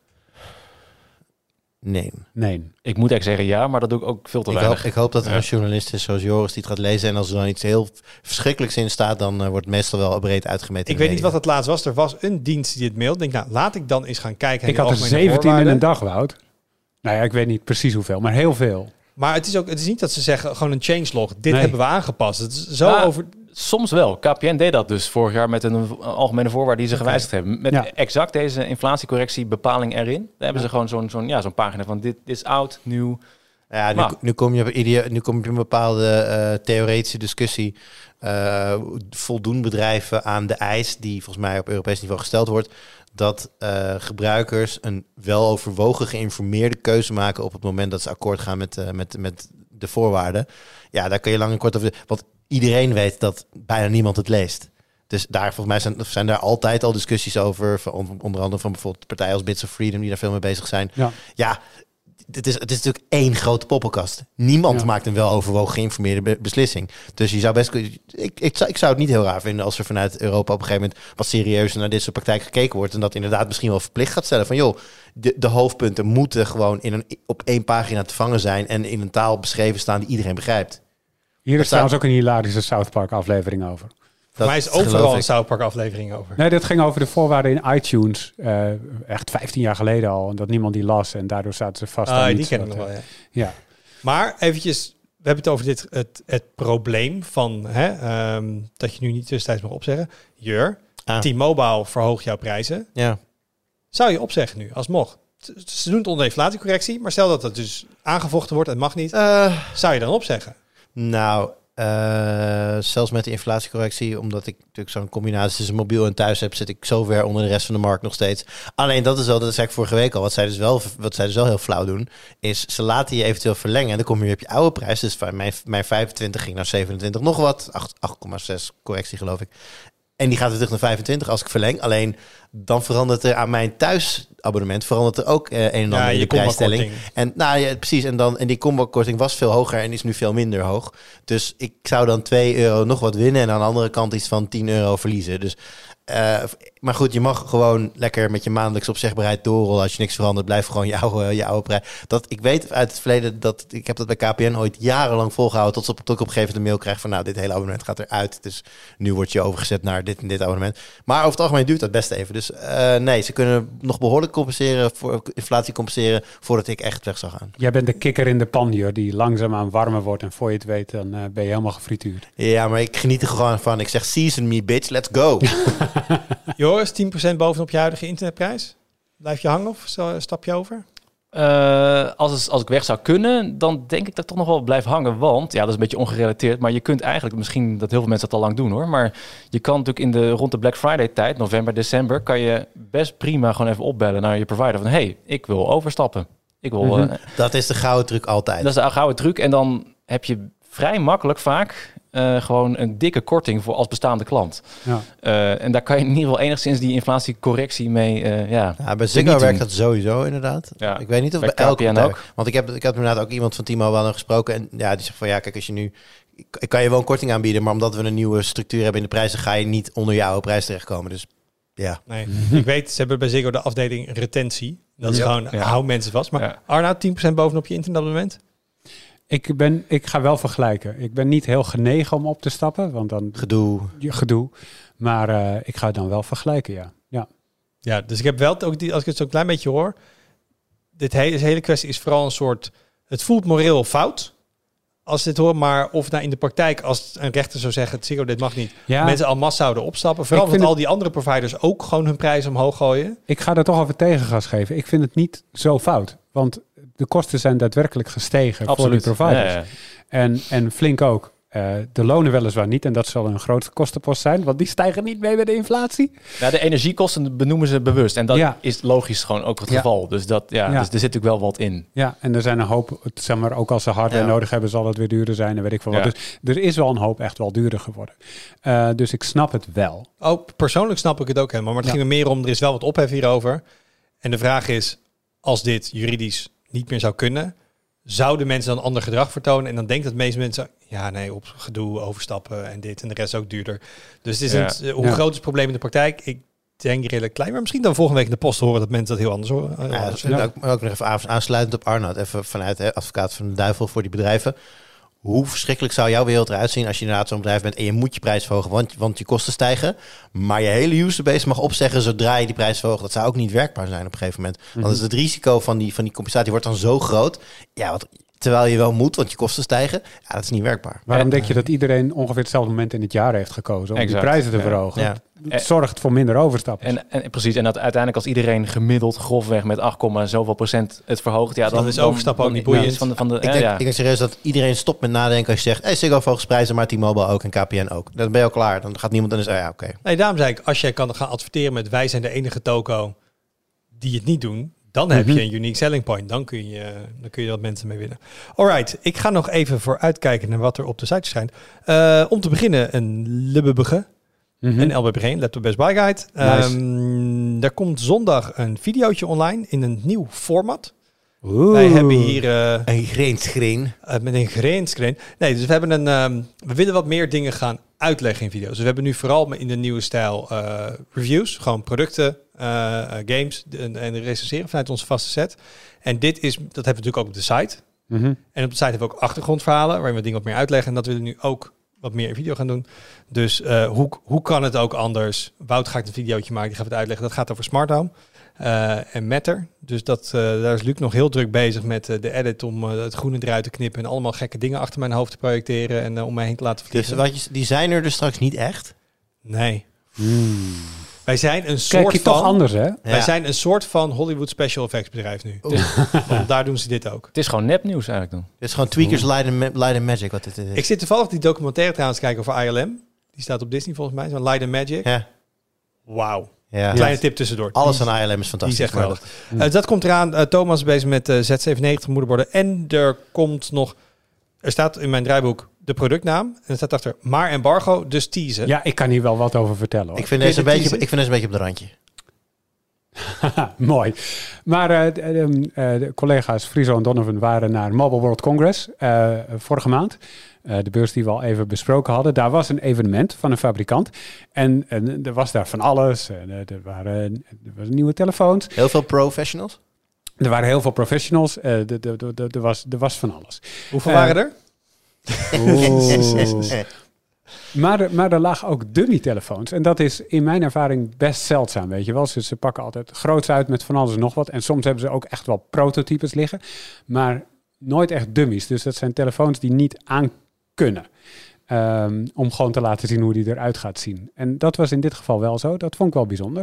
Nee. Ik moet eigenlijk zeggen ja, maar dat doe ik ook veel te weinig. Ik hoop dat er een journalist is zoals Joris die het gaat lezen. En als er dan iets heel verschrikkelijks in staat, dan wordt het meestal wel breed uitgemeten. Ik weet niet wat het laatst was. Er was een dienst die het mailt. Denk, laat ik dan eens gaan kijken. Ik had er 17 in een dag, Wout. Nou ja, ik weet niet precies hoeveel, maar heel veel. Maar het is niet dat ze zeggen, gewoon een changelog. Dit Nee. hebben we aangepast. Het is zo Nou, over... Soms wel. KPN deed dat dus vorig jaar met een algemene voorwaarde die ze gewijzigd hebben. Met exact deze inflatiecorrectiebepaling erin. Daar hebben ze gewoon zo'n pagina van dit is oud, nieuw. Ja, nu kom je op een bepaalde theoretische discussie. Voldoen bedrijven aan de eis die volgens mij op Europees niveau gesteld wordt, dat gebruikers een weloverwogen geïnformeerde keuze maken op het moment dat ze akkoord gaan met de voorwaarden. Ja, daar kun je lang en kort over. Want iedereen weet dat bijna niemand het leest. Dus daar volgens mij zijn daar altijd al discussies over. Onder andere van bijvoorbeeld partijen als Bits of Freedom die daar veel mee bezig zijn. Ja, het is natuurlijk één grote poppenkast. Niemand maakt een weloverwogen geïnformeerde beslissing. Dus je zou best... Ik zou het niet heel raar vinden als er vanuit Europa op een gegeven moment wat serieuzer naar dit soort praktijken gekeken wordt. En dat inderdaad misschien wel verplicht gaat stellen van joh, de hoofdpunten moeten gewoon op één pagina te vangen zijn en in een taal beschreven staan die iedereen begrijpt. Hier is trouwens ook een hilarische South Park aflevering over. Voor mij is overal een South Park aflevering over. Nee, dat ging over de voorwaarden in iTunes. Echt 15 jaar geleden al. En dat niemand die las. En daardoor zaten ze vast aan die ken ik nog wel, ja. Maar eventjes, we hebben het over het probleem van dat je nu niet tussentijds mag opzeggen. T-Mobile verhoogt jouw prijzen. Ja. Zou je opzeggen nu, alsnog? Ze doen het onder inflatiecorrectie, maar stel dat het dus aangevochten wordt en het mag niet. Zou je dan opzeggen? Nou, zelfs met de inflatiecorrectie, omdat ik natuurlijk zo'n combinatie tussen mobiel en thuis heb, zit ik zo ver onder de rest van de markt nog steeds. Alleen dat zei ik vorige week al, wat zij dus wel heel flauw doen, is ze laten je eventueel verlengen en dan kom je weer op je oude prijs. Dus mijn 25 ging naar 27 nog wat, 8,6 correctie geloof ik. En die gaat weer terug naar 25 als ik verleng. Alleen dan verandert er aan mijn thuisabonnement er ook een en ander in de prijsstelling. En precies. En die combo-korting was veel hoger en is nu veel minder hoog. Dus ik zou dan €2 nog wat winnen en aan de andere kant iets van €10 verliezen. Dus maar goed, je mag gewoon lekker met je maandelijks opzegbaarheid doorrollen. Als je niks verandert, blijf gewoon je oude prijs. Ik weet uit het verleden ik heb dat bij KPN ooit jarenlang volgehouden. Tot ik op een gegeven moment een mail krijg van dit hele abonnement gaat eruit. Dus nu word je overgezet naar dit en dit abonnement. Maar over het algemeen duurt dat best even. Dus nee, ze kunnen nog behoorlijk inflatie compenseren voordat ik echt weg zou gaan. Jij bent de kikker in de pan, joh, die langzaamaan warmer wordt. En voor je het weet, dan ben je helemaal gefrituurd. Ja, maar ik geniet er gewoon van. Ik zeg, season me, bitch, let's go. Joris, 10% bovenop je huidige internetprijs? Blijf je hangen of stap je over? Als ik weg zou kunnen, dan denk ik dat ik toch nog wel blijf hangen. Want, dat is een beetje ongerelateerd, maar je kunt eigenlijk, misschien dat heel veel mensen dat al lang doen hoor, maar je kan natuurlijk rond de Black Friday tijd, november, december, kan je best prima gewoon even opbellen naar je provider van hey, ik wil overstappen. Ik wil, dat is de gouden truc altijd. Dat is de gouden truc en dan heb je vrij makkelijk vaak gewoon een dikke korting voor als bestaande klant. Ja. En daar kan je in ieder geval enigszins die inflatiecorrectie mee bij Ziggo werkt dat sowieso inderdaad. Ja. Ik weet niet of bij elke ook. Want ik heb inderdaad ook iemand van T-Mobile gesproken en die zegt van kijk, als je nu ik kan je wel een korting aanbieden, maar omdat we een nieuwe structuur hebben in de prijzen, ga je niet onder je oude prijs terechtkomen. Dus ja. Nee, ik weet, ze hebben bij Ziggo de afdeling retentie. Dat is gewoon, hou mensen vast. Maar Arnoud, 10% bovenop je internetabonnement? Ik ga wel vergelijken. Ik ben niet heel genegen om op te stappen, want dan... Gedoe. Maar ik ga dan wel vergelijken, Ja, dus ik heb wel, ook als ik het zo'n klein beetje hoor, deze hele kwestie is vooral een soort... Het voelt moreel fout, als dit hoort, maar of in de praktijk, als een rechter zou zeggen, Ziggo, dit mag niet, mensen al massa zouden opstappen. Vooral omdat al die andere providers ook gewoon hun prijzen omhoog gooien. Ik ga daar toch even tegengas geven. Ik vind het niet zo fout, want de kosten zijn daadwerkelijk gestegen voor die providers. Ja. En flink ook. De lonen weliswaar niet, en dat zal een grote kostenpost zijn, want die stijgen niet mee met de inflatie. Ja, de energiekosten benoemen ze bewust. En dat is logisch gewoon ook het geval. Dus, dus er zit natuurlijk wel wat in. Ja, en er zijn een hoop, zeg maar, ook als ze hardware nodig hebben, zal het weer duurder zijn en weet ik veel wat. Dus er is wel een hoop echt wel duurder geworden. Dus ik snap het wel. Oh, persoonlijk snap ik het ook helemaal. Maar het ging er meer om, er is wel wat ophef hierover. En de vraag is, als dit juridisch niet meer zou kunnen, zouden mensen dan ander gedrag vertonen? En dan denkt dat de meeste mensen, op gedoe, overstappen en dit en de rest ook duurder. Dus het is hoe groot is het probleem in de praktijk? Ik denk redelijk klein, maar misschien dan volgende week in de post horen dat mensen dat heel anders horen. Ook nog even aansluitend op Arnoud, even vanuit advocaat van de duivel voor die bedrijven. Hoe verschrikkelijk zou jouw wereld eruit zien als je inderdaad zo'n bedrijf bent en je moet je prijs verhogen, want je kosten stijgen, maar je hele userbase mag opzeggen zodra je die prijs verhoogt. Dat zou ook niet werkbaar zijn op een gegeven moment. Want het risico van die compensatie wordt dan zo groot. Ja, want terwijl je wel moet, want je kosten stijgen. Ja, dat is niet werkbaar. Waarom denk je dat iedereen ongeveer hetzelfde moment in het jaar heeft gekozen om Exact. die prijzen te verhogen? Ja. Het zorgt voor minder overstappers. En precies, en dat uiteindelijk als iedereen gemiddeld grofweg met 8, zoveel procent het verhoogt, ja, Dan is overstappen ook niet boeiend. Ik denk serieus dat iedereen stopt met nadenken als je zegt, Ziggo verhoogt prijzen, maar T-Mobile ook en KPN ook. Dan ben je al klaar. Dan gaat niemand, dan is oké. Nee, daarom zei ik, als jij kan gaan adverteren met wij zijn de enige toko die het niet doen, dan heb je een unique selling point. Dan kun je wat mensen mee winnen. Alright, ik ga nog even vooruitkijken naar wat er op de site schijnt. Om te beginnen een lubbebege. Een LBBG, Laptop Best Buy Guide. Nice. Daar komt zondag een videootje online in een nieuw format. Oeh. Wij hebben hier Een greenscreen. met een greenscreen. Nee, dus we hebben we willen wat meer dingen gaan uitleggen in video's. Dus we hebben nu vooral in de nieuwe stijl reviews, gewoon producten, games en recenseren vanuit onze vaste set. En dat hebben we natuurlijk ook op de site. En op de site hebben we ook achtergrondverhalen waarin we dingen wat meer uitleggen. En dat willen we nu ook wat meer in video gaan doen. Dus hoe kan het ook anders? Wout gaat een videootje maken, die gaat het uitleggen. Dat gaat over Smart Home en Matter. Dus daar is Luc nog heel druk bezig met de edit om het groene eruit te knippen en allemaal gekke dingen achter mijn hoofd te projecteren en om mij heen te laten vliegen. Dus die zijn er dus straks niet echt? Nee. Wij zijn een soort Kijk je van... toch anders, hè? Wij zijn een soort van Hollywood special effects bedrijf nu. Want daar doen ze dit ook. Het is gewoon nepnieuws eigenlijk dan. Het is gewoon Tweakers Light and Magic wat dit is. Ik zit toevallig die documentaire trouwens te kijken over ILM. Die staat op Disney volgens mij. Zo'n Light and Magic. Ja. Wauw. Ja. Kleine tip tussendoor. Alles aan ILM is Die fantastisch. is echt maar geweldig. Dat komt eraan. Thomas is bezig met Z97 moederborden. En er komt nog... Er staat in mijn draaiboek de productnaam. En er staat achter maar embargo, dus teasen. Ja, ik kan hier wel wat over vertellen, hoor. Ik vind deze een beetje op de randje. Mooi. Maar de collega's Friso en Donovan waren naar Mobile World Congress vorige maand. De beurs die we al even besproken hadden. Daar was een evenement van een fabrikant. En er was daar van alles. Er waren nieuwe telefoons. Heel veel professionals? Er waren heel veel professionals. Er was van alles. Hoeveel waren er? Maar er lagen ook dummy-telefoons. En dat is in mijn ervaring best zeldzaam, weet je wel. Ze pakken altijd groots uit met van alles en nog wat. En soms hebben ze ook echt wel prototypes liggen. Maar nooit echt dummies. Dus dat zijn telefoons die niet aan kunnen. Om gewoon te laten zien hoe die eruit gaat zien. En dat was in dit geval wel zo. Dat vond ik wel bijzonder.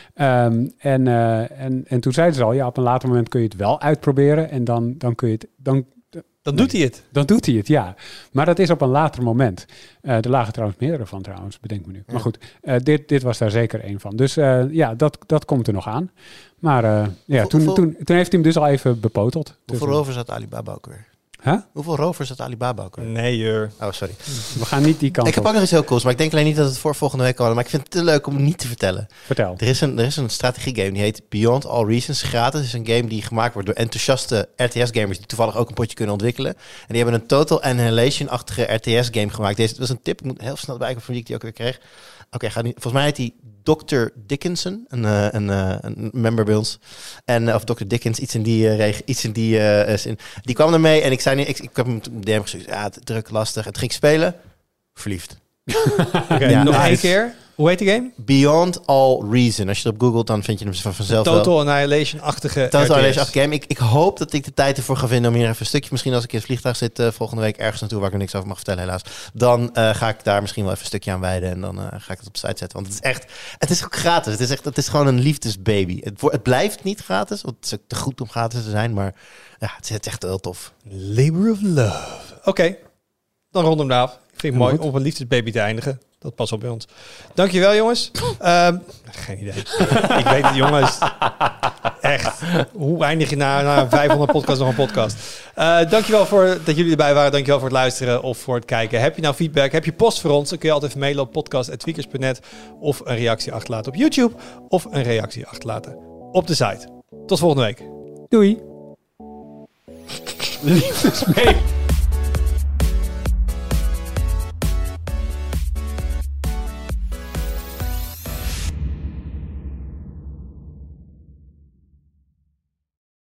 En toen zeiden ze al, ja, op een later moment kun je het wel uitproberen. En dan kun je het... Dan doet hij het. Dan doet hij het, ja. Maar dat is op een later moment. Er lagen trouwens meerdere van trouwens, bedenk me nu. Ja. Maar goed, dit was daar zeker één van. Dus ja, dat komt er nog aan. Maar ja, toen heeft hij hem dus al even bepoteld. Hoeveel rovers had Alibaba ook weer? Huh? Hoeveel rovers had Alibaba ook weer? Nee, jur. Oh, sorry. We gaan niet die kant Ik heb ook nog iets heel cools, maar ik denk alleen niet dat het voor volgende week kan. Maar ik vind het te leuk om het niet te vertellen. Vertel. Er is een strategiegame die heet Beyond All Reasons. Gratis. Het is een game die gemaakt wordt door enthousiaste RTS-gamers die toevallig ook een potje kunnen ontwikkelen. En die hebben een Total Annihilation-achtige RTS-game gemaakt. Dit was een tip. Ik moet heel snel bijkomen van wie ik die ook weer kreeg. Oké, volgens mij heet die Dr. Dickinson, een member bij ons. Of Dr. Dickens, iets in die zin. Die kwam ermee en ik zei ik heb hem DM gestuurd. Ja, druk, lastig. En toen ging ik spelen. Verliefd. Okay, nog één keer. Hoe heet de game? Beyond All Reason. Als je het op googelt, dan vind je hem vanzelf Total Annihilation-achtige Total Annihilation-achtige game. Ik hoop dat ik de tijd ervoor ga vinden om hier even een stukje... Misschien als ik in het vliegtuig zit volgende week ergens naartoe... waar ik er niks over mag vertellen helaas. Dan ga ik daar misschien wel even een stukje aan wijden. En dan ga ik het op de site zetten. Want het is echt... Het is ook gratis. Het is gewoon een liefdesbaby. Het blijft niet gratis. Want het is ook te goed om gratis te zijn. Maar ja, het is echt heel tof. Labor of Love. Oké, dan rond hem af. Ik vind het mooi goed. om een liefdesbaby te eindigen. Dat past op bij ons. Dankjewel, jongens. Geen idee. Ik weet het, jongens. Echt. Hoe eindig je na 500 podcasts nog een podcast? Dankjewel dat jullie erbij waren. Dankjewel voor het luisteren of voor het kijken. Heb je nou feedback? Heb je post voor ons? Dan kun je altijd even mailen op podcast@tweakers.net. Of een reactie achterlaten op YouTube. Of een reactie achterlaten op de site. Tot volgende week. Doei. Liefdesbaby.